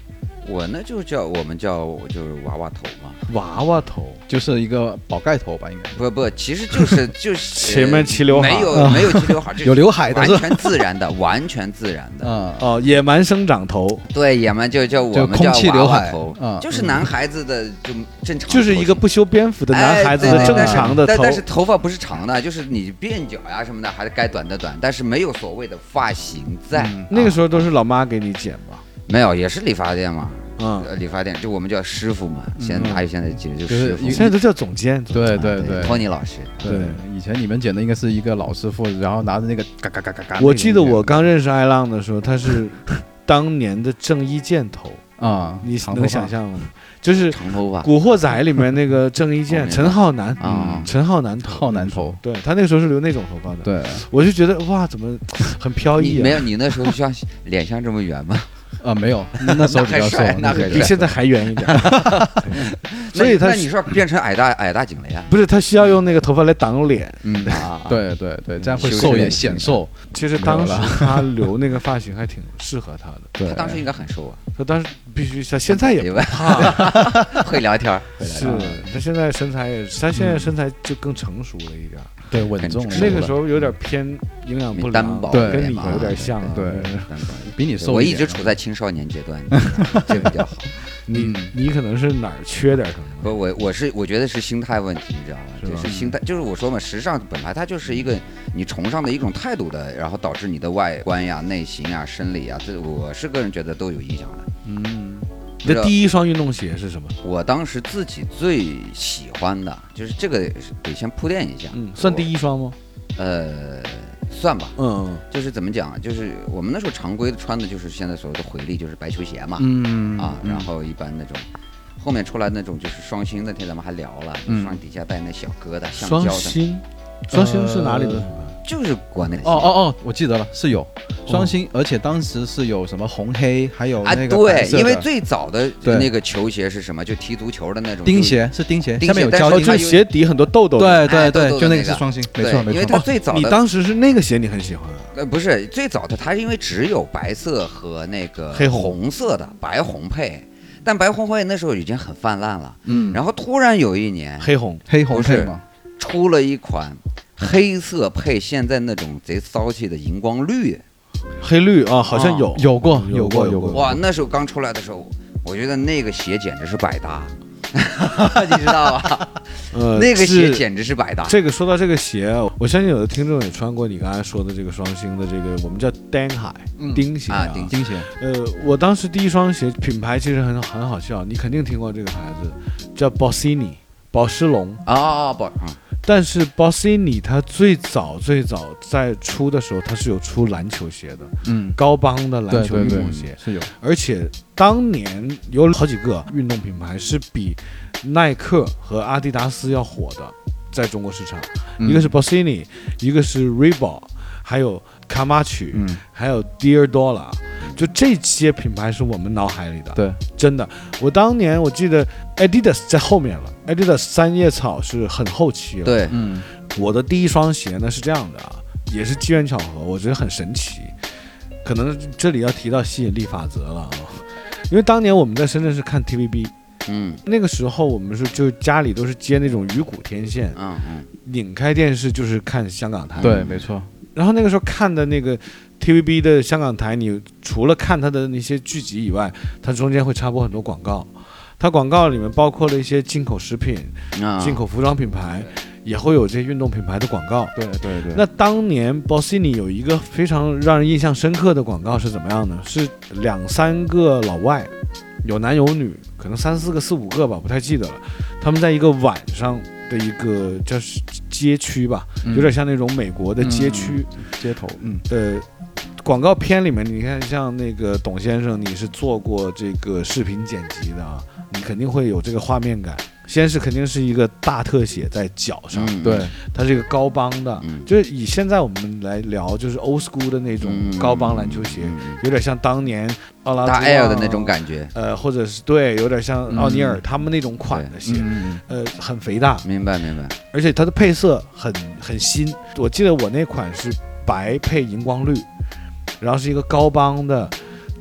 我呢就叫我们叫就是娃娃头嘛， 娃娃头就是一个宝盖头吧，应该不不，其实就是就是前面齐刘海， 没有没有齐刘海， 有刘海的， 完全自然的，完全自然的。 啊哦，野蛮生长头， 对，野蛮就叫我们叫娃娃头，就是男孩子的就正常， 就是一个不修边幅的男孩子的正常的头， 但但是头发不是长的，就是你辫角呀什么的，还是该短的短，但是没有所谓的发型在。 那个时候都是老妈给你剪吧？ 没有，也是理发店嘛。 嗯， 理发店就我们叫师傅嘛，现在哪有现在其实就师傅， 现在都叫总监。 对对对， 托尼老师。 对，以前你们剪的应该是一个老师傅，然后拿着那个嘎嘎嘎嘎嘎。 我记得我刚认识艾浪的时候，他是当年的郑伊健头啊， 你能想象吗？就是长头发，《 古惑仔》里面那个郑伊健，陈浩南啊，陈浩南头， 浩南头， 对他那个时候是留那种头发的。 对， 我就觉得哇，怎么很飘逸啊？ 没有，你那时候像脸像这么圆吗？ 啊，没有，那时候比较瘦， 那比现在还圆一点。所以他那你说变成矮大矮大紧了呀？ 不是，他需要用那个头发来挡脸。 嗯啊， 对对对，这样会瘦也显瘦。 其实当时他留那个发型还挺适合他的。 对， 他当时应该很瘦啊。 他当时必须，他现在也不怕， 会聊天。 是，他现在身材也，他现在身材就更成熟了一点。 对，稳重。 那个时候有点偏营养不良， 对， 跟你有点像。 对，比你瘦。 我一直处在青少年阶段，这比较好。 你你可能是哪儿缺点什么？ 不，我我是我觉得是心态问题，你知道吗？就是心态，就是我说嘛，时尚本来它就是一个你崇尚的一种态度的，然后导致你的外观呀、内形呀、生理呀，这我是个人觉得都有影响的。 嗯。你的第一双运动鞋是什么？ 我当时自己最喜欢的就是这个，得先铺垫一下。 嗯，算第一双吗？ 呃，算吧。 嗯， 就是怎么讲，就是我们那时候常规的穿的就是现在所谓的回力，就是白球鞋嘛。 嗯啊，然后一般那种后面出来那种就是双星，那天咱们还聊了， 嗯、 双底下带那小疙瘩，橡胶的。 双星，双星是哪里的？呃就是国内的。 哦哦哦，我记得了，是有双星，而且当时是有什么红黑，还有那个啊，对，因为最早的那个球鞋是什么？就踢足球的那种钉鞋，是钉鞋，下面有胶钉， 就鞋底很多痘痘。 对对对，就那个是双星，没错没错。 因为它最早的， 你当时是那个鞋，你很喜欢？ 呃，不是，最早的它因为只有白色和那个黑红色的白红配。但白红配那时候已经很泛滥了，嗯，然后突然有一年， 黑红黑红配嘛， 出了一款黑色配现在那种贼骚气的荧光绿， 黑绿啊，好像有有过有过有过， 哇，那时候刚出来的时候，我觉得那个鞋简直是百搭，你知道吧？ 呃， 那个鞋简直是百搭。 这个说到这个鞋，我相信有的听众也穿过你刚才说的这个双星的这个，我们叫丁海钉鞋啊， 钉鞋。 呃，我当时第一双鞋品牌其实很很好笑，你肯定听过这个牌子，叫 Bossini 宝诗龙啊啊宝。 但是 Bossini 它最早最早在出的时候，它是有出篮球鞋的， 嗯， 高帮的篮球运动鞋是有， 而且当年有好几个运动品牌是比耐克和阿迪达斯要火的，在中国市场，嗯、一个是 Bossini， 一个是 Reebok， 还有 Camacho，、嗯、还有 Diadora， 就这些品牌是我们脑海里的。 对， 真的，我当年我记得 Adidas 在后面了 ，Adidas 三叶草是很后期了。 对， 嗯， 我的第一双鞋呢是这样的啊，也是机缘巧合，我觉得很神奇。可能这里要提到吸引力法则了啊，因为当年我们在深圳是看 T V B。 嗯， 那个时候我们是就家里都是接那种鱼骨天线， 嗯嗯， 拧开电视就是看香港台， 对，没错。 然后那个时候看的那个 T V B 的香港台，你除了看它的那些剧集以外，它中间会插播很多广告，它广告里面包括了一些进口食品、 啊、 进口服装品牌，也会有这些运动品牌的广告。 对对对。 那当年 Bossini 有一个非常让人印象深刻的广告是怎么样呢？是两三个老外。有男有女，可能三四个、四五个吧，不太记得了。他们在一个晚上的一个叫街区吧， 嗯、 有点像那种美国的街区、 嗯、街头。嗯， 呃，广告片里面，你看像那个董先生，你是做过这个视频剪辑的啊，你肯定会有这个画面感。先是肯定是一个大特写在脚上， 嗯、 对，它是一个高帮的， 嗯、 就是以现在我们来聊，就是 old school 的那种高帮篮球鞋，嗯、有点像当年奥拉大 Air 的那种感觉， 呃，或者是对，有点像奥尼尔他们那种款的鞋， 嗯、 呃，很肥大， 明白明白， 而且它的配色很很新，我记得我那款是白配荧光绿，然后是一个高帮的。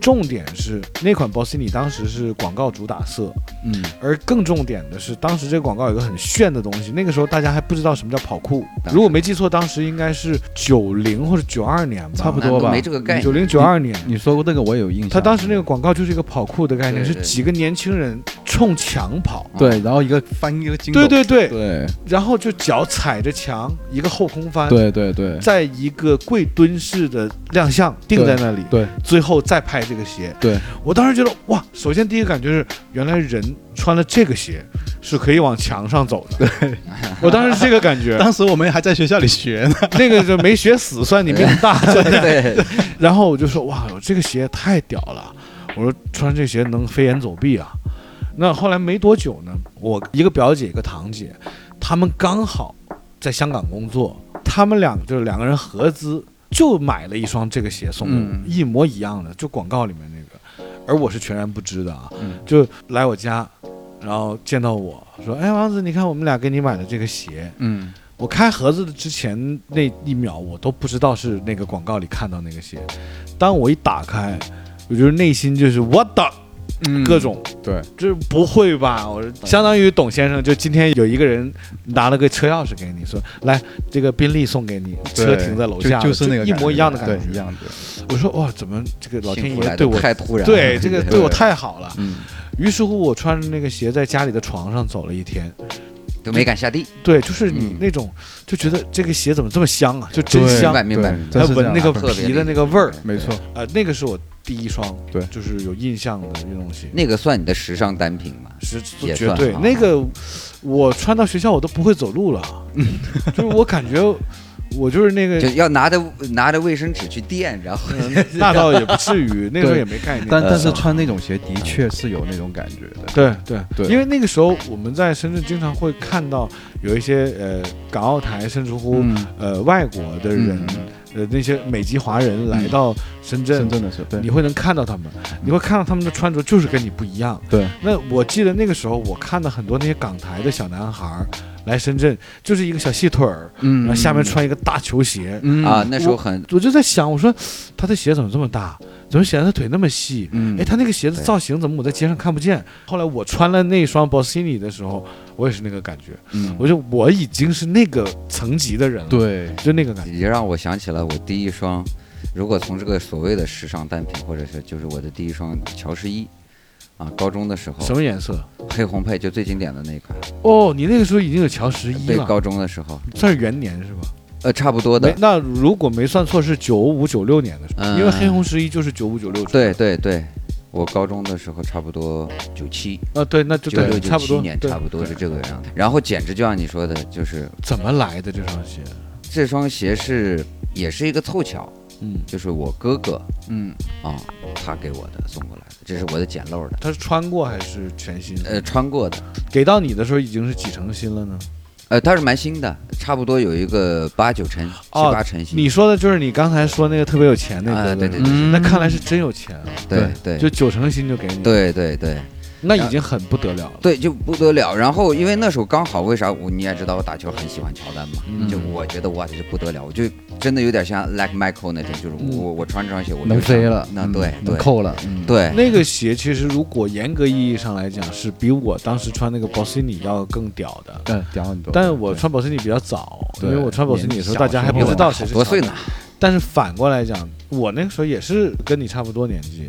重点是那款 Bossini 当时是广告主打色， 嗯， 而更重点的是当时这个广告有一个很炫的东西，那个时候大家还不知道什么叫跑酷，如果没记错，当时应该是九零或者九二年吧， 差不多吧， 没这个概念。 九零九二年你，你说过这个我也有印象。 他当时那个广告就是一个跑酷的概念， 对对是几个年轻人冲墙跑， 对，然后一个翻一个筋斗， 对对对对， 然后就脚踩着墙，一个后空翻， 对对对， 在一个跪蹲式的亮相定在那里， 对， 最后再拍这个鞋。 对， 我当时觉得哇，首先第一个感觉是，原来人穿了这个鞋是可以往墙上走的。对，我当时是这个感觉。 当时我们还在学校里学呢， 那个就没学死，算你命大。 对对。 然后我就说哇，这个鞋太屌了，我说穿这鞋能飞檐走壁啊。那后来没多久呢，我一个表姐一个堂姐，他们刚好在香港工作，他们俩就是两个人合资就买了一双这个鞋送我，嗯、一模一样的，就广告里面那个，而我是全然不知的啊，嗯、就来我家，然后见到我说，哎，王子，你看我们俩给你买的这个鞋，嗯，我开盒子的之前那一秒我都不知道是那个广告里看到那个鞋，当我一打开，我就是内心就是 what the。嗯、各种对， 这不会吧？我相当于董先生，就今天有一个人拿了个车钥匙给你，说来这个宾利送给你，车停在楼下， 就, 就是那个一模一样的感觉， 对，一样的。 我说哇，怎么这个老天爷对我太突然， 对这个对我太好了。嗯，于是乎我穿着那个鞋在家里的床上走了一天。 都没敢下地， 对，就是你那种、嗯、就觉得这个鞋怎么这么香啊，就真香， 明白， 还闻那个皮的那个味儿， 没错， 呃，那个是我第一双， 对， 就是有印象的运动鞋。 那个算你的时尚单品吗？ 是绝对，那个我穿到学校我都不会走路了，就是我感觉。我就是那个， 就要拿着拿着卫生纸去垫，然后、 嗯、那倒也不至于，那时候也没概念。 但但是穿那种鞋的确是有那种感觉的。 对对对，因为那个时候我们在深圳经常会看到有一些呃港澳台甚至乎、嗯、呃外国的人。嗯呃，那些美籍华人来到深圳， 嗯、深圳的时候，对， 你会能看到他们，你会看到他们的穿着就是跟你不一样。 对， 那我记得那个时候，我看到很多那些港台的小男孩来深圳，就是一个小细腿儿，嗯，然后下面穿一个大球鞋， 嗯啊，那时候很我，我就在想，我说他的鞋怎么这么大？怎么显得他腿那么细？嗯，哎，他那个鞋子造型怎么我在街上看不见？后来我穿了那双 Bossini 的时候，我也是那个感觉。嗯，我就我已经是那个层级的人了。 对， 就那个感觉。 也让我想起了我第一双，如果从这个所谓的时尚单品，或者是就是我的第一双乔十一，啊，高中的时候。 什么颜色？ 黑红配，就最经典的那一款。 哦，你那个时候已经有乔十一了。 对，高中的时候。 算是元年是吧？ 呃，差不多的。 那如果没算错，是九五九六年的时候，嗯、因为黑红十一就是九五九六。 对对对，我高中的时候差不多九七。 啊，对，那就对，差不多年，差不多是这个样子。然后简直就像你说的，就是怎么来的这双鞋？ 这双鞋是也是一个凑巧，嗯，就是我哥哥，嗯啊，他给我的送过来的，这是我的捡漏的。 他是穿过还是全新？ 呃，穿过的。给到你的时候已经是几成新了呢？ 呃，它是蛮新的，差不多有一个八九成、七八成新。 你说的就是你刚才说那个特别有钱那个， 啊、对对对、 嗯，那看来是真有钱啊。 对对， 就九成新就给你。 对对对， 那已经很不得了了。 对，就不得了。然后因为那时候刚好，为啥我你也知道我打球很喜欢乔丹嘛，嗯、就我觉得哇，这就不得了，我就真的有点像 like Michael 那种，就是我、嗯、我穿这双鞋我能飞了， 那对、嗯、 能扣了， 嗯、对。 那个鞋其实如果严格意义上来讲，是比我当时穿那个 Bossini 要更屌的， 对，屌很多。 但是我穿 Bossini 比较早，因为我穿 Bossini 的时候大家还不知道谁是多岁呢。 但是反过来讲，我那个时候也是跟你差不多年纪。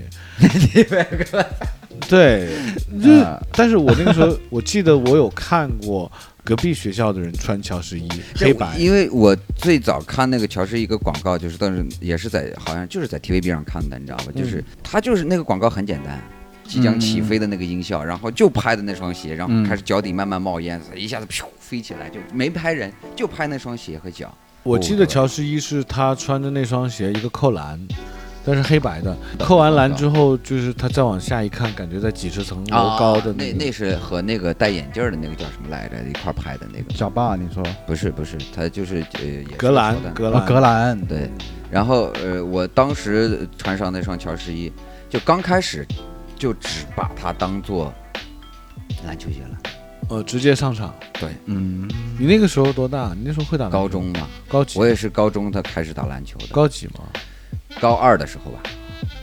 对，就、啊、但是我那个时候，我记得我有看过隔壁学校的人穿乔十一黑白， 因为我最早看那个乔十一个广告，就是当时也是在好像就是在 T V B 上看的，你知道吧？嗯、就是他就是那个广告很简单，即将起飞的那个音效，嗯、然后就拍的那双鞋，然后开始脚底慢慢冒烟，嗯、一下子噗飞起来，就没拍人，就拍那双鞋和脚。 我记得乔十一是他穿的那双鞋一个扣篮。但是黑白的，扣完篮之后，就是他再往下一看，感觉在几十层楼高的、 那个啊、那那是和那个戴眼镜的那个叫什么来着？一块拍的那个小霸，你说不是不是，他就是呃也是格兰格兰、 哦、格兰对。然后呃，我当时穿上那双乔十一，就刚开始就只把它当做篮球鞋了。 呃，直接上场。 对， 嗯，你那个时候多大？你那时候会打篮球？ 高中嘛， 高几？ 我也是高中他开始打篮球的。 高几吗？ 高二的时候吧。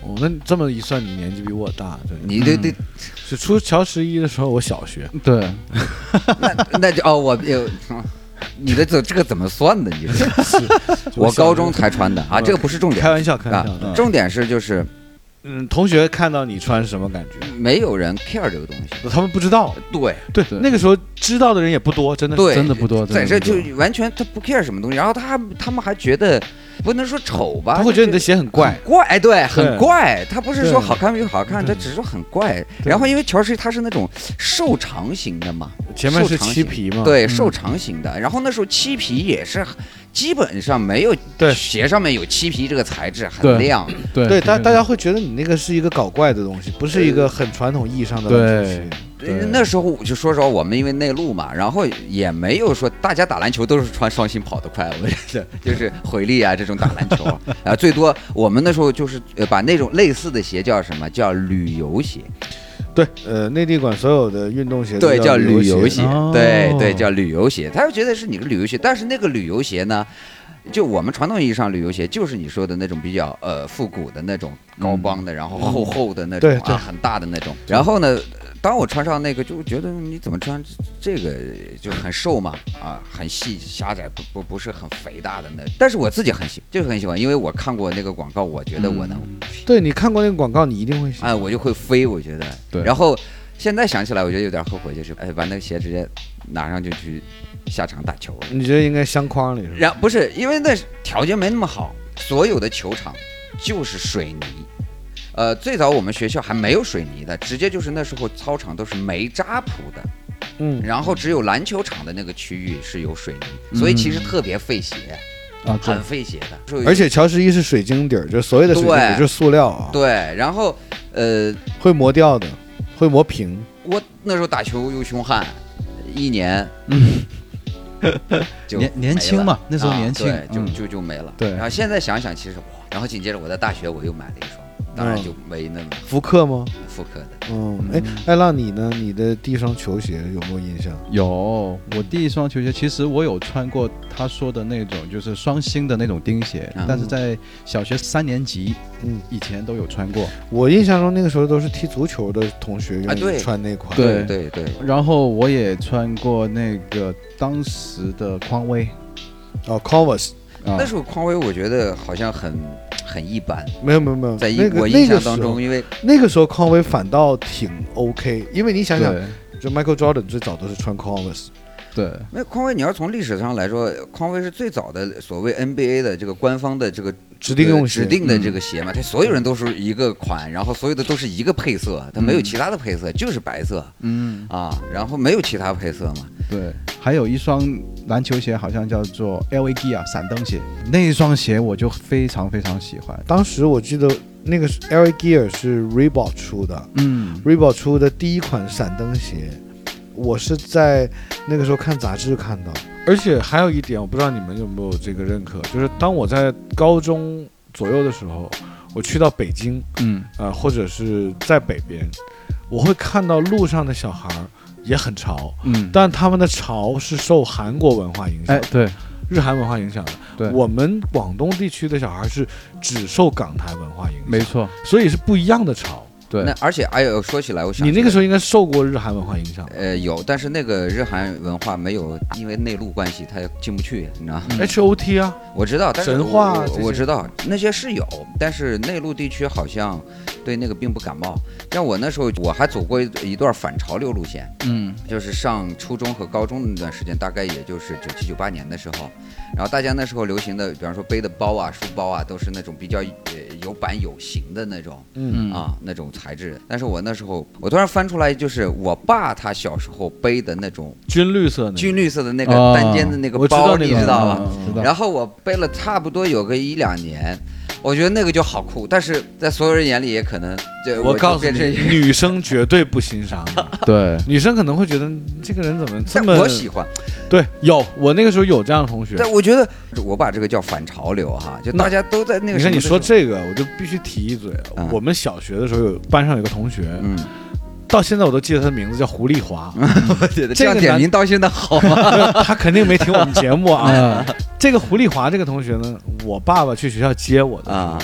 哦，那这么一算，你年纪比我大，对， 你对对， 是出乔十一的时候，我小学。 对， 那那就哦，我有。你的这这个怎么算的？你是我高中才穿的啊，这个不是重点， 开玩笑，开玩笑。 啊、重点是就是， 嗯，同学看到你穿什么感觉？ 没有人 care 这个东西， 他们不知道。 对对，那个时候知道的人也不多，真的对， 真的不多。 在这就完全他不 care 什么东西，然后他他们还觉得不能说丑吧， 他会觉得你的鞋很怪， 很怪，对，很怪。他不是说好看没有好看，他只是说很怪。然后因为乔十一他是那种瘦长型的嘛， 前面是漆皮嘛， 对，瘦长型的。然后那时候漆皮也是基本上没有， 对， 鞋上面有漆皮这个材质很亮， 对对，大大家会觉得你那个是一个搞怪的东西，不是一个很传统意义上的篮球鞋。 那时候就说实话，我们因为内陆嘛，然后也没有说大家打篮球都是穿双星跑得快，我觉得就是回力啊这种打篮球啊，最多我们那时候就是把那种类似的鞋叫什么叫旅游鞋。 对，呃，内地管所有的运动鞋对叫旅游鞋， 哦、 对对叫旅游鞋，他就觉得是你个旅游鞋，但是那个旅游鞋呢，就我们传统意义上旅游鞋就是你说的那种比较呃复古的那种高帮的，嗯、然后厚厚的那种、 嗯、 啊很大的那种，然后呢。当我穿上那个，就觉得你怎么穿这个就很瘦嘛，啊，很细狭窄，不不不是很肥大的那。但是我自己很喜，就是很喜欢，因为我看过那个广告，我觉得我能。 嗯、对你看过那个广告，你一定会喜欢。 哎，我就会飞，我觉得。 对。 然后现在想起来，我觉得有点后悔，就是哎，把那个鞋直接拿上就去下场打球了。 你觉得应该镶框里是吧？ 然不是，因为那条件没那么好，所有的球场就是水泥。呃，最早我们学校还没有水泥的，直接就是那时候操场都是煤渣铺的， 嗯， 然后只有篮球场的那个区域是有水泥，所以其实特别费鞋， 啊、嗯， 很费鞋的。 而且乔十一是水晶底儿，就所谓的水晶底儿就是塑料啊， 对，然后呃会磨掉的，会磨平。 我那时候打球又凶悍，一年，嗯，就年年轻嘛，那时候年轻， 啊、对，就就就没了。 对， 然后现在想想，其实哇，然后紧接着我在大学我又买了一双。当然就没那么复刻吗？ 复刻的。 嗯，哎，艾浪你呢？你的第一双球鞋有没有印象？ 有，我第一双球鞋其实我有穿过他说的那种就是双星的那种钉鞋，嗯、但是在小学三年级，嗯，以前都有穿过。 我印象中那个时候都是踢足球的同学愿意穿那款。 对对对。 然后我也穿过那个当时的匡威， 哦 ，Converse。 那时候匡威我觉得好像很。很一般， 没有没有没有， 在那个我印象当中，因为那个时候匡威反倒挺 OK， 因为你想想，就 Michael Jordan 最早都是穿 Converse， 对， 那匡威你要从历史上来说，匡威是最早的所谓 N B A 的这个官方的这个指定用指定的这个鞋嘛，它所有人都是一个款，然后所有的都是一个配色，它没有其他的配色，就是白色，嗯啊，然后没有其他配色嘛。 对，还有一双篮球鞋，好像叫做 L A Gear 闪灯鞋，那一双鞋我就非常非常喜欢。 当时我记得那个 L A Gear 是 Reebok 出的，嗯 ，Reebok 出的第一款闪灯鞋，我是在那个时候看杂志看到。而且还有一点，我不知道你们有没有这个认可，就是当我在高中左右的时候，我去到北京，嗯，呃，或者是在北边，我会看到路上的小孩也很潮，嗯，但他们的潮是受韩国文化影响， 哎，对， 日韩文化影响的。 对， 我们广东地区的小孩是只受港台文化影响， 没错， 所以是不一样的潮。 对， 那而且哎呦，说起来，我想你那个时候应该受过日韩文化影响。 呃，有，但是那个日韩文化没有，因为内陆关系，它进不去，你知道吗、 嗯、？H O T 啊， 我知道，但是神话我, 我知道那些是有，但是内陆地区好像对那个并不感冒。像我那时候，我还走过一段反潮流路线，嗯，就是上初中和高中的那段时间，大概也就是九七九八年的时候，然后大家那时候流行的，比方说背的包啊、书包啊，都是那种比较呃有版有型的那种，嗯啊那种材质。但是我那时候，我突然翻出来，就是我爸他小时候背的那种军绿色的军绿色的那个单肩的那个包， 哦、 你知道吧？ 知道然后我背了差不多有个一两年。我觉得那个就好酷，但是在所有人眼里也可能， 我告诉你，女生绝对不欣赏你。 对， 女生可能会觉得这个人怎么这么…… 我喜欢。 对，有我那个时候有这样的同学。 但我觉得我把这个叫反潮流哈，就大家都在那个。 你看你说这个，我就必须提一嘴。嗯、我们小学的时候有班上有个同学，嗯。到现在我都记得他的名字叫胡丽华， 我觉得这样点名到现在好吗？ 他肯定没听我们节目啊。这个胡丽华这个同学呢，我爸爸去学校接我的啊，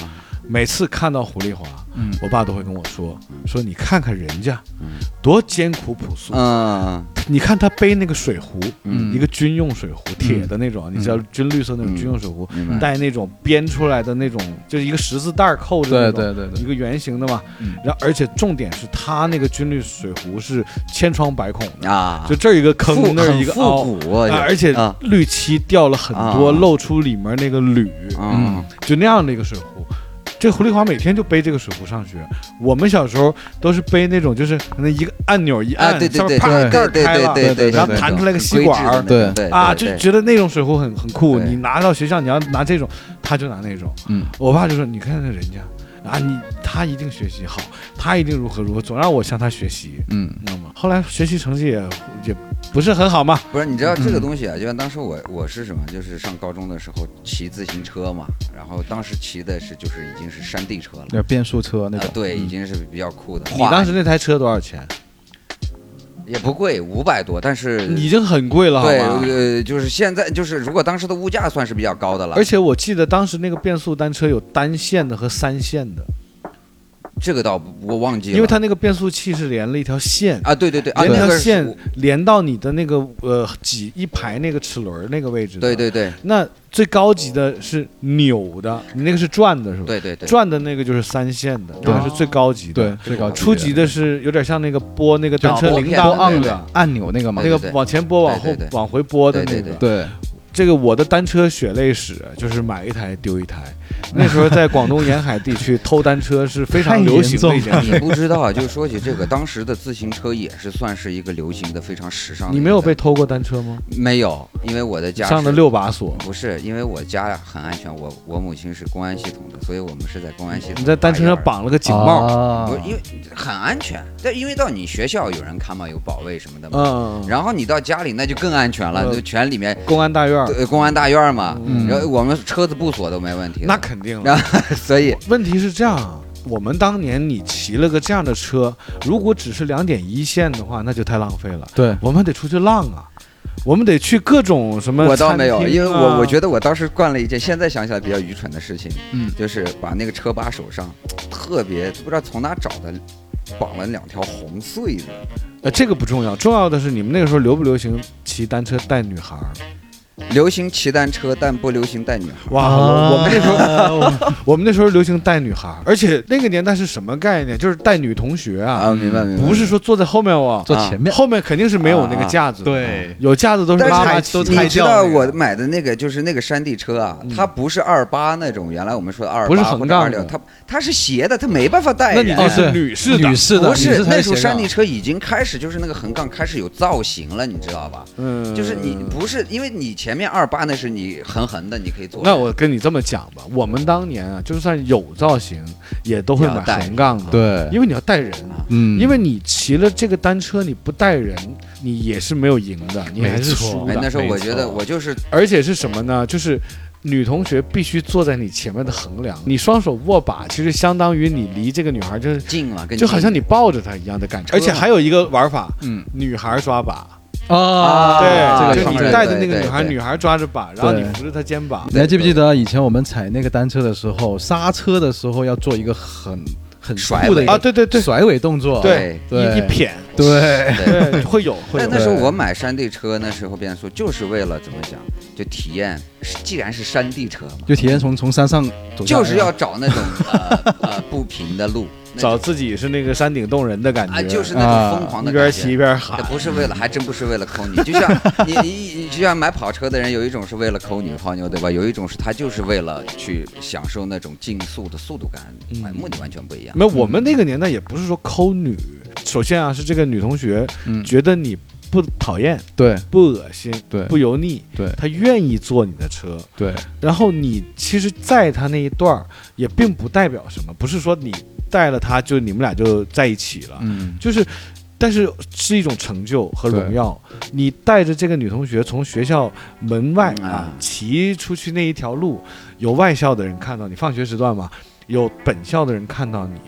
每次看到胡丽华， 嗯， 我爸都会跟我说说你看看人家，多艰苦朴素， 嗯， 你看他背那个水壶， 嗯一个军用水壶，铁的那种，你知道军绿色那种军用水壶，带那种编出来的那种，就是一个十字带扣着那种， 对对对对， 一个圆形的嘛。然后而且重点是他那个军绿水壶是千疮百孔的啊， 就这儿一个坑，那儿一个凹，而且滤漆掉了很多，露出里面那个铝，嗯，就那样的一个水壶。这个胡丽华每天就背这个水壶上学。我们小时候都是背那种，就是可能一个按钮一按，上面啪盖开了，然后弹出来个吸管， 对啊，就觉得那种水壶很很酷。你拿到学校，你要拿这种，他就拿那种。嗯，我爸就说：“你看看人家。”啊，你他一定学习好，他一定如何如何，总让我向他学习，嗯，知道吗？后来学习成绩也也不是很好嘛。 不是，你知道这个东西啊？就像当时我我是什么，就是上高中的时候骑自行车嘛，然后当时骑的是就是已经是山地车了， 那变速车那种， 呃、对，已经是比较酷的。 你当时那台车多少钱？ 也不贵，五百多，但是已经很贵了， 对，呃，就是现在就是如果当时的物价算是比较高的了。 而且我记得当时那个变速单车有单线的和三线的， 这个倒我忘记了， 因为它那个变速器是连了一条线啊，对对对， 连那条线连到你的那个呃几一排那个齿轮那个位置。 对对对， 那最高级的是扭的，你那个是转的，是吧？ 对对对， 转的那个就是三线的，那个是最高级的。 对，最高级。 初级的是有点像那个拨那个单车铃铛按钮按钮那个嘛， 那个往前拨往后往回拨的那个。 对。 这个我的单车血泪史就是买一台丢一台。那时候在广东沿海地区偷单车是非常流行的一件事。 你不知道啊，就说起这个，当时的自行车也是算是一个流行的、非常时尚的。 你没有被偷过单车吗？ 没有，因为我的家上的六把锁。 不是，因为我家很安全，我我母亲是公安系统的，所以我们是在公安系统。 你在单车上绑了个警帽， 啊、 不是因为很安全，但因为到你学校有人看嘛，有保卫什么的嘛。 嗯。 然后你到家里那就更安全了，就、嗯、全里面公安大院， 对，公安大院嘛，嗯、然后我们车子不锁都没问题。 那肯定了。 所以问题是这样，我们当年你骑了个这样的车，如果只是两点一线的话，那就太浪费了。 对， 我们得出去浪啊，我们得去各种什么、啊。 我倒没有，因为我我觉得我当时干了一件现在想起来比较愚蠢的事情，嗯，就是把那个车把手上特别不知道从哪找的绑了两条红穗子。 呃，这个不重要，重要的是你们那个时候流不流行骑单车带女孩？ 流行骑单车，但不流行带女孩。 哇，啊、我们那时候，我们那时候流行带女孩，而且那个年代是什么概念？就是带女同学啊， 啊明白明白， 不是说坐在后面哇， 坐前面， 后面肯定是没有那个架子， 啊、对， 有架子都是妈妈都拆掉。 你知道我买的那个就是那个山地车啊，嗯、它不是二八那种，原来我们说的二八， 不是横杠的，它它是斜的，它没办法带人。 那你这是女士的， 女士的， 不是那时候山地车已经开始就是那个横杠开始有造型了，你知道吧？嗯，就是你不是因为你前面二八那是。你横横的，你可以做。 那我跟你这么讲吧，我们当年啊，就算有造型，也都会买横杠的。 对， 因为你要带人啊。嗯，因为你骑了这个单车，你不带人，你也是没有赢的，你还是输的。 哎，那时候我觉得我就是， 而且是什么呢？就是女同学必须坐在你前面的横梁，你双手握把，其实相当于你离这个女孩就是近嘛， 就好像你抱着她一样的感觉。而且还有一个玩法，嗯，女孩抓把。 啊， 对，就你带着那个女孩，女孩抓着把，然后你扶着她肩膀。 你还记不记得以前我们踩那个单车的时候，刹车的时候要做一个很很酷的啊，对对对， 甩尾动作， 对，一一撇， 对对，会有会有。 但那时候我买山地车，那时候变速就是为了怎么讲，就体验，既然是山地车嘛， 就体验从从山上走， 就是要找那种呃呃不平的路。 找自己是那个山顶洞人的感觉啊，就是那种疯狂的感觉， 一边骑一边喊， 不是为了，还真不是为了抠你，就像你你你就像买跑车的人，有一种是为了抠女泡妞，对吧？有一种是他就是为了去享受那种竞速的速度感，嗯、目的完全不一样。 没有，我们那个年代也不是说抠女，首先啊是这个女同学、嗯、觉得你不讨厌， 对， 不恶心， 对， 不油腻， 对， 她愿意坐你的车， 对， 然后你其实载她那一段也并不代表什么，不是说你。带了他就你们俩就在一起了，嗯，就是，但是是一种成就和荣耀。你带着这个女同学从学校门外啊骑出去那一条路，有外校的人看到你，放学时段嘛，有本校的人看到你，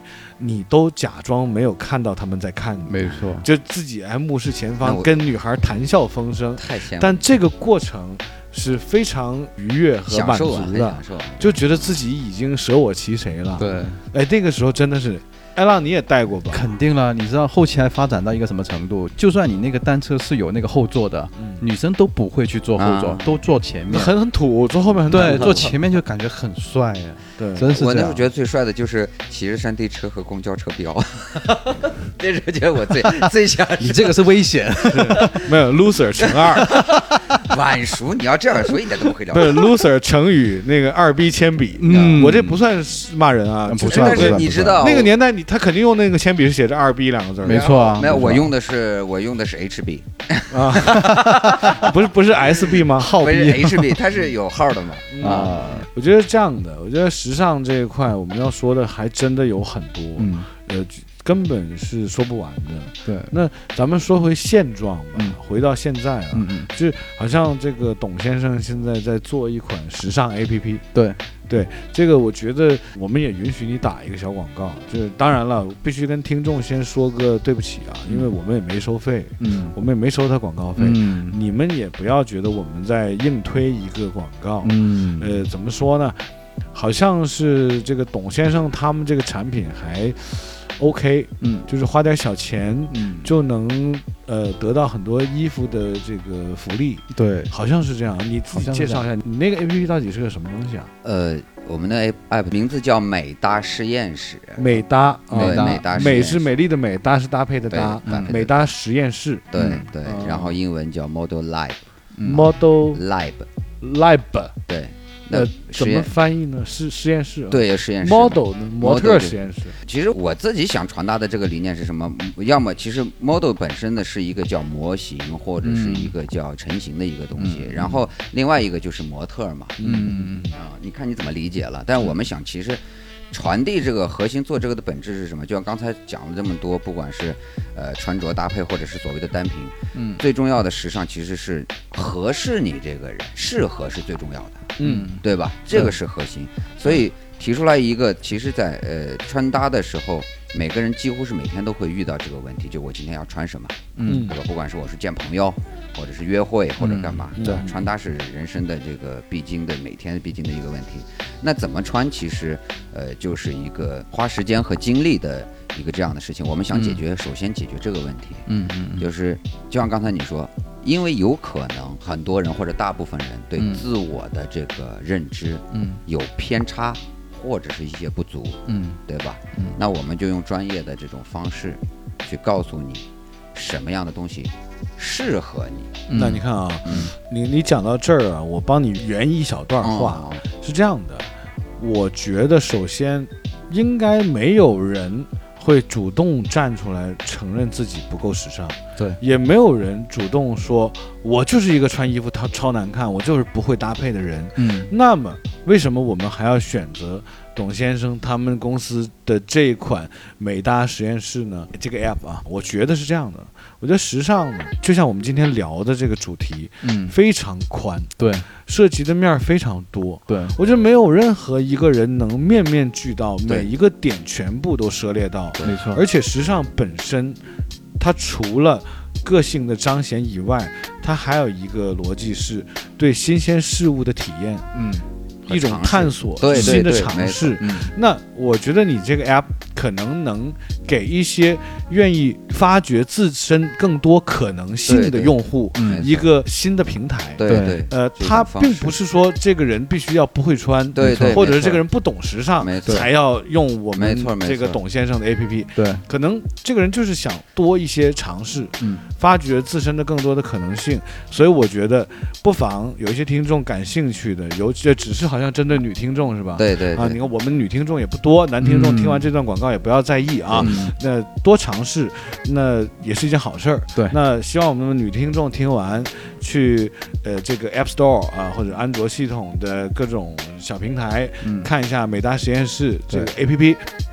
你都假装没有看到他们在看你， 没错， 就自己在目视前方跟女孩谈笑风生， 太羡慕。 但这个过程是非常愉悦和满足的， 啊、 就觉得自己已经舍我其谁了。 对， 哎，那个时候真的是。艾浪，你也带过吧？ 肯定了，你知道后期还发展到一个什么程度？就算你那个单车是有那个后座的，嗯、女生都不会去坐后座，啊、都坐前面， 很很土，坐后面很土。 对，坐前面就感觉很帅呀。 对， 真是。 我那时候觉得最帅的就是骑着山地车和公交车飙，那时候觉得我最最想。 你这个是危险， 没有 loser 乘二。 晚熟，你要这样说一点都不会聊。 不是 loser 乘以那个二 B 铅笔，嗯，我这不算是骂人啊， 不算。 但是你知道那个年代你他肯定用那个铅笔是写着二 B 两个字， 没错啊。 没有，我用的是我用的是 H B 啊，不是不是 S B 吗？ 号 B 不是 H B， 它是有号的嘛。 啊，我觉得这样的，我觉得时尚这一块我们要说的还真的有很多，嗯，呃。根本是说不完的。 对， 那咱们说回现状吧， 嗯、 回到现在啊， 嗯嗯， 就好像这个董先生现在在做一款时尚 A P P。 对， 对，这个我觉得我们也允许你打一个小广告。就是当然了，必须跟听众先说个对不起啊，因为我们也没收费， 嗯， 我们也没收他广告费， 嗯， 你们也不要觉得我们在硬推一个广告， 嗯， 呃，怎么说呢？好像是这个董先生他们这个产品还。OK， 嗯， 就是花点小钱， 嗯， 就能呃得到很多衣服的这个福利， 对， 好像是这样。你自己介绍一下，你那个 A P P 到底是个什么东西啊？ 呃，我们的 App 名字叫美搭实验室。 美搭， 对，美搭， 美是美丽的美，搭是搭配的搭，美搭实验室。 对对，然后英文叫 Model Lab，Model Lab，Lab， 对。呃，怎么翻译呢？是实验室， 对，实验室。 model 呢？模特实验室。 其实我自己想传达的这个理念是什么？要么其实 model 本身呢是一个叫模型或者是一个叫成型的一个东西， 嗯、 然后另外一个就是模特嘛。 嗯嗯啊，你看你怎么理解了？但我们想其实。传递这个核心做这个的本质是什么？就像刚才讲了这么多，不管是呃穿着搭配，或者是所谓的单品， 嗯， 最重要的时尚其实是合适你这个人，适合是最重要的， 嗯， 对吧？这个是核心。所以提出来一个，其实在呃穿搭的时候，每个人几乎是每天都会遇到这个问题，就我今天要穿什么， 嗯， 对吧？不管是我是见朋友，或者是约会，或者干嘛， 嗯、对， 穿搭是人生的这个必经的，每天必经的一个问题。那怎么穿，其实呃就是一个花时间和精力的一个这样的事情。我们想解决，嗯、首先解决这个问题， 嗯嗯， 就是就像刚才你说，因为有可能很多人或者大部分人对自我的这个认知， 嗯， 有偏差。或者是一些不足， 嗯， 对吧？ 嗯， 那我们就用专业的这种方式去告诉你什么样的东西适合你。 嗯、那你看啊，嗯、你你讲到这儿啊，我帮你圆一小段话， 嗯、 是这样的，我觉得首先应该没有人会主动站出来承认自己不够时尚， 对， 也没有人主动说我就是一个穿衣服超超难看，我就是不会搭配的人。 嗯， 那么为什么我们还要选择董先生他们公司的这一款美搭实验室呢？这个 app 啊，我觉得是这样的。我觉得时尚呢，就像我们今天聊的这个主题， 嗯， 非常宽， 对， 涉及的面非常多， 对， 我觉得没有任何一个人能面面俱到，每一个点全部都涉猎到， 没错。 而且时尚本身，它除了个性的彰显以外，它还有一个逻辑是对新鲜事物的体验， 嗯。 一种探索， 对对对新的尝试。 嗯、 那我觉得你这个 app 可能能给一些愿意发掘自身更多可能性的用户一个新的平台。 对对， 呃，它并不是说这个人必须要不会穿， 对对， 或者是这个人不懂时尚才要用我们这个董先生的 A P P。 对， 可能这个人就是想多一些尝试， 嗯， 发掘自身的更多的可能性。所以我觉得不妨有一些听众感兴趣的，尤其只是好像针对女听众是吧？ 对 对, 对啊，你看我们女听众也不多，男听众听完这段广告也不要在意啊。 嗯、 那多尝试，那也是一件好事儿。 对， 那希望我们的女听众听完，去呃这个 App Store 啊或者安卓系统的各种小平台、 嗯、 看一下美搭实验室这个 A P P。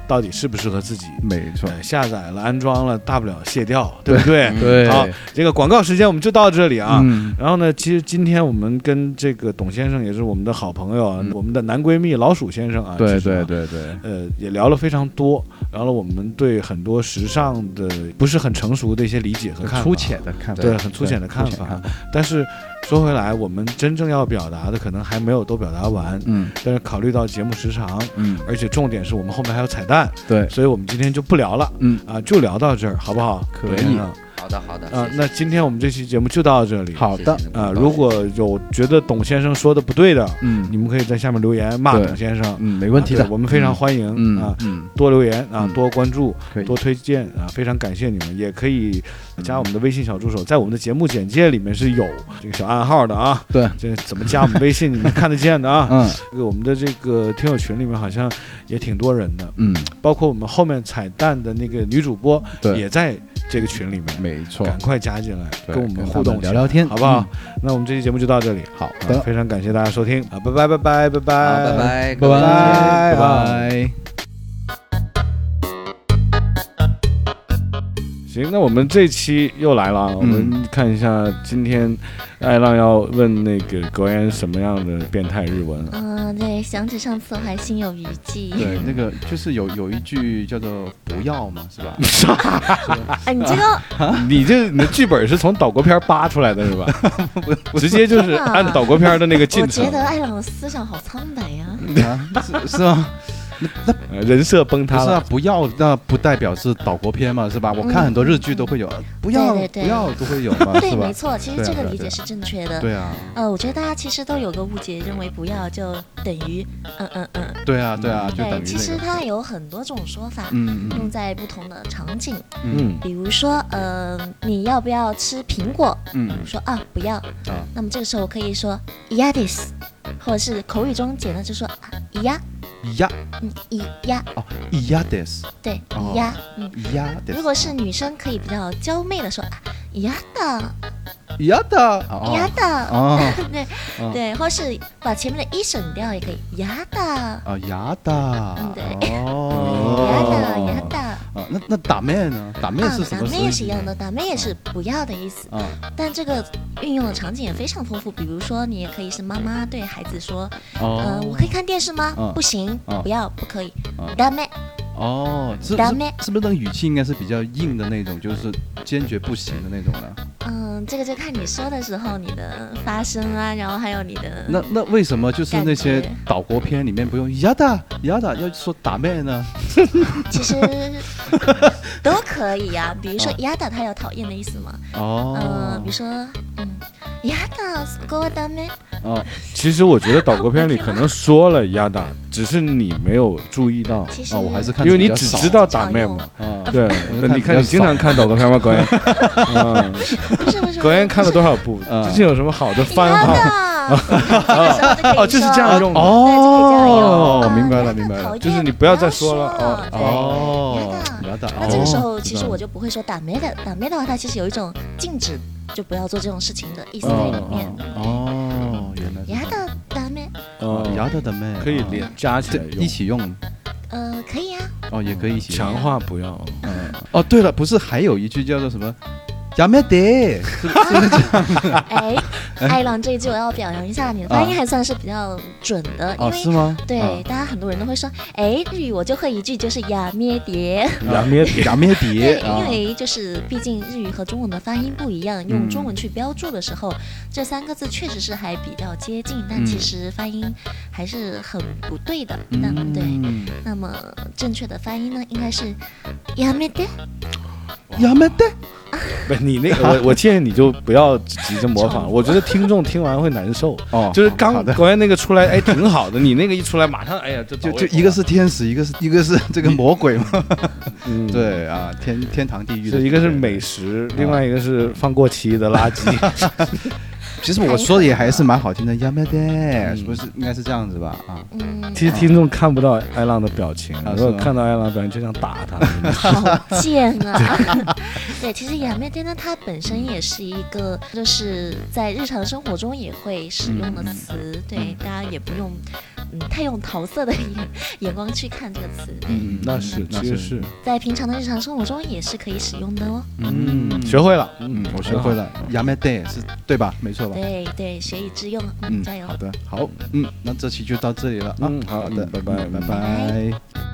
到底适不适合自己。 没错， 呃、下载了安装了，大不了卸掉，对不对？ 对。 好，这个广告时间我们就到这里啊。 嗯、 然后呢，其实今天我们跟这个董先生也是我们的好朋友啊，嗯、我们的男闺蜜老鼠先生啊， 对对对对， 呃，也聊了非常多，聊了我们对很多时尚的不是很成熟的一些理解和看法， 粗浅的看法， 对，很粗浅的看法。看法但是说回来，我们真正要表达的可能还没有都表达完， 嗯， 但是考虑到节目时长， 嗯， 而且重点是我们后面还有彩蛋， 对， 所以我们今天就不聊了， 嗯啊，就聊到这儿，好不好？ 可以。 好的好的啊、呃，那今天我们这期节目就到这里。 好的啊、呃，如果有觉得董先生说的不对的，嗯，你们可以在下面留言骂董先生， 嗯，没问题的， 啊、我们非常欢迎， 嗯啊， 嗯， 多留言啊，多关注， 嗯、 多推荐啊，非常感谢你们，也可以加我们的微信小助手，在我们的节目简介里面是有这个小暗号的啊， 对， 这怎么加我们微信你们看得见的啊， 嗯， 这个我们的这个听友群里面好像也挺多人的， 嗯， 包括我们后面彩蛋的那个女主播也在这个群里面， 没错， 赶快加进来，跟我们互动聊聊天， 好不好？ 嗯、 那我们这期节目就到这里， 好的， 啊、非常感谢大家收听啊，拜拜拜拜拜拜拜拜拜拜拜。 行，那我们这期又来了，我们看一下今天艾浪要问那个格言什么样的变态日文。 嗯、呃，对，想起上次我还心有余悸。 对，那个就是有有一句叫做“不要”嘛，是吧？ 哎，你这个， 你这你的剧本是从岛国片扒出来的是吧？直接就是按岛国片的那个进程。 我觉得艾朗的思想好苍白呀。 啊，是是吗？那那人设崩塌了。 不是啊，不要那不代表是岛国片嘛，是吧？我看很多日剧都会有，嗯、不要对对对不要都会有嘛， 对， 是吧？ 没错，其实这个理解是正确的。 对啊。 呃，我觉得大家其实都有个误解，认为不要就等于嗯嗯嗯。 对啊对啊，就等于、那个。 其实它有很多种说法， 嗯， 用在不同的场景。 嗯， 比如说，呃，你要不要吃苹果？嗯，说啊不要。啊，那么这个时候可以说嫌です。或者是口语中简单就说啊咿呀， 咿呀， 嗯咿呀， 哦咿呀です， 对咿呀，嗯咿呀です。 如果是女生，可以比较娇媚的说啊咿呀的， 咿呀的， 咿呀的， 哦， 对对，或是把前面的一省掉也可以咿呀的， 啊呀的， 嗯对， 哦， 咿呀的咿呀的。 啊，那那打妹呢？打妹是什么？ 打妹也是一样的，打妹也是不要的意思。啊，但这个运用的场景也非常丰富。比如说，你也可以是妈妈对孩子说：“呃，我可以看电视吗？不行，不要，不可以。”打妹。 哦，是是是不是那个语气应该是比较硬的那种，就是坚决不行的那种呢？ 嗯，这个就看你说的时候你的发声啊，然后还有你的。 那那为什么就是那些岛国片里面不用呀的呀的，要说打妹呢？ 其实都可以呀、啊，比如说呀的，它有讨厌的意思嘛。哦。嗯，比如说嗯，呀的ごめんダメ。 哦，其实我觉得岛国片里可能说了呀的，只是你没有注意到。 其实、 哦、我还是看， 因为你只知道打妹嘛。啊，对，你看你经常看岛国片吗？国言。嗯， 不是不是。 国言看了多少部？最近有什么好的番号？ 哦， 就是这样用的。 哦， 明白了明白了，就是你不要再说了。 哦哦， 呀的。那这个时候其实我就不会说打妹的，打妹的话它其实有一种禁止，就不要做这种事情的意思在里面。 哦，原来。 呀的打妹。 哦，呀的打妹可以连加起来一起用。 呃，可以啊。 哦，也可以一起强化不要。 嗯。哦，对了，不是还有一句叫做什么？やめて，是不是这样？ 哎，艾朗这一句我要表扬一下你的发音，还算是比较准的。 哦，是吗？ 对，大家很多人都会说，哎，日语我就会一句，就是呀咩碟。 呀咩碟， 呀咩碟。 对，因为就是毕竟日语和中文的发音不一样，用中文去标注的时候，这三个字确实是还比较接近，但其实发音还是很不对的。那对，那么正确的发音呢，应该是やめて。 やめて。 不，你那个我我建议你就不要急着模仿，我觉得听众听完会难受。哦，就是刚国言那个出来，哎，挺好的，你那个一出来，马上哎呀，就就就一个是天使，一个是一个是这个魔鬼嘛。嗯，对啊，天天堂地狱的， 一个是美食，另外一个是放过期的垃圾。 其实我说的也还是蛮好听的，やめて，是不是应该是这样子吧？啊， 嗯， 其实听众看不到艾浪的表情，如果看到艾浪的表情就想打他。 好贱啊！对，其实やめて呢，它本身也是一个就是在日常生活中也会使用的词，对，大家也不用嗯太用桃色的眼眼光去看这个词。 嗯，那是， 那其实是， 在平常的日常生活中也是可以使用的哦。 嗯，学会了， 嗯，我学会了。亚美得是对吧？没错吧？ 对对，学以致用，嗯，加油。 好的，好，嗯，那这期就到这里了啊。 嗯，好的，拜拜， 拜拜。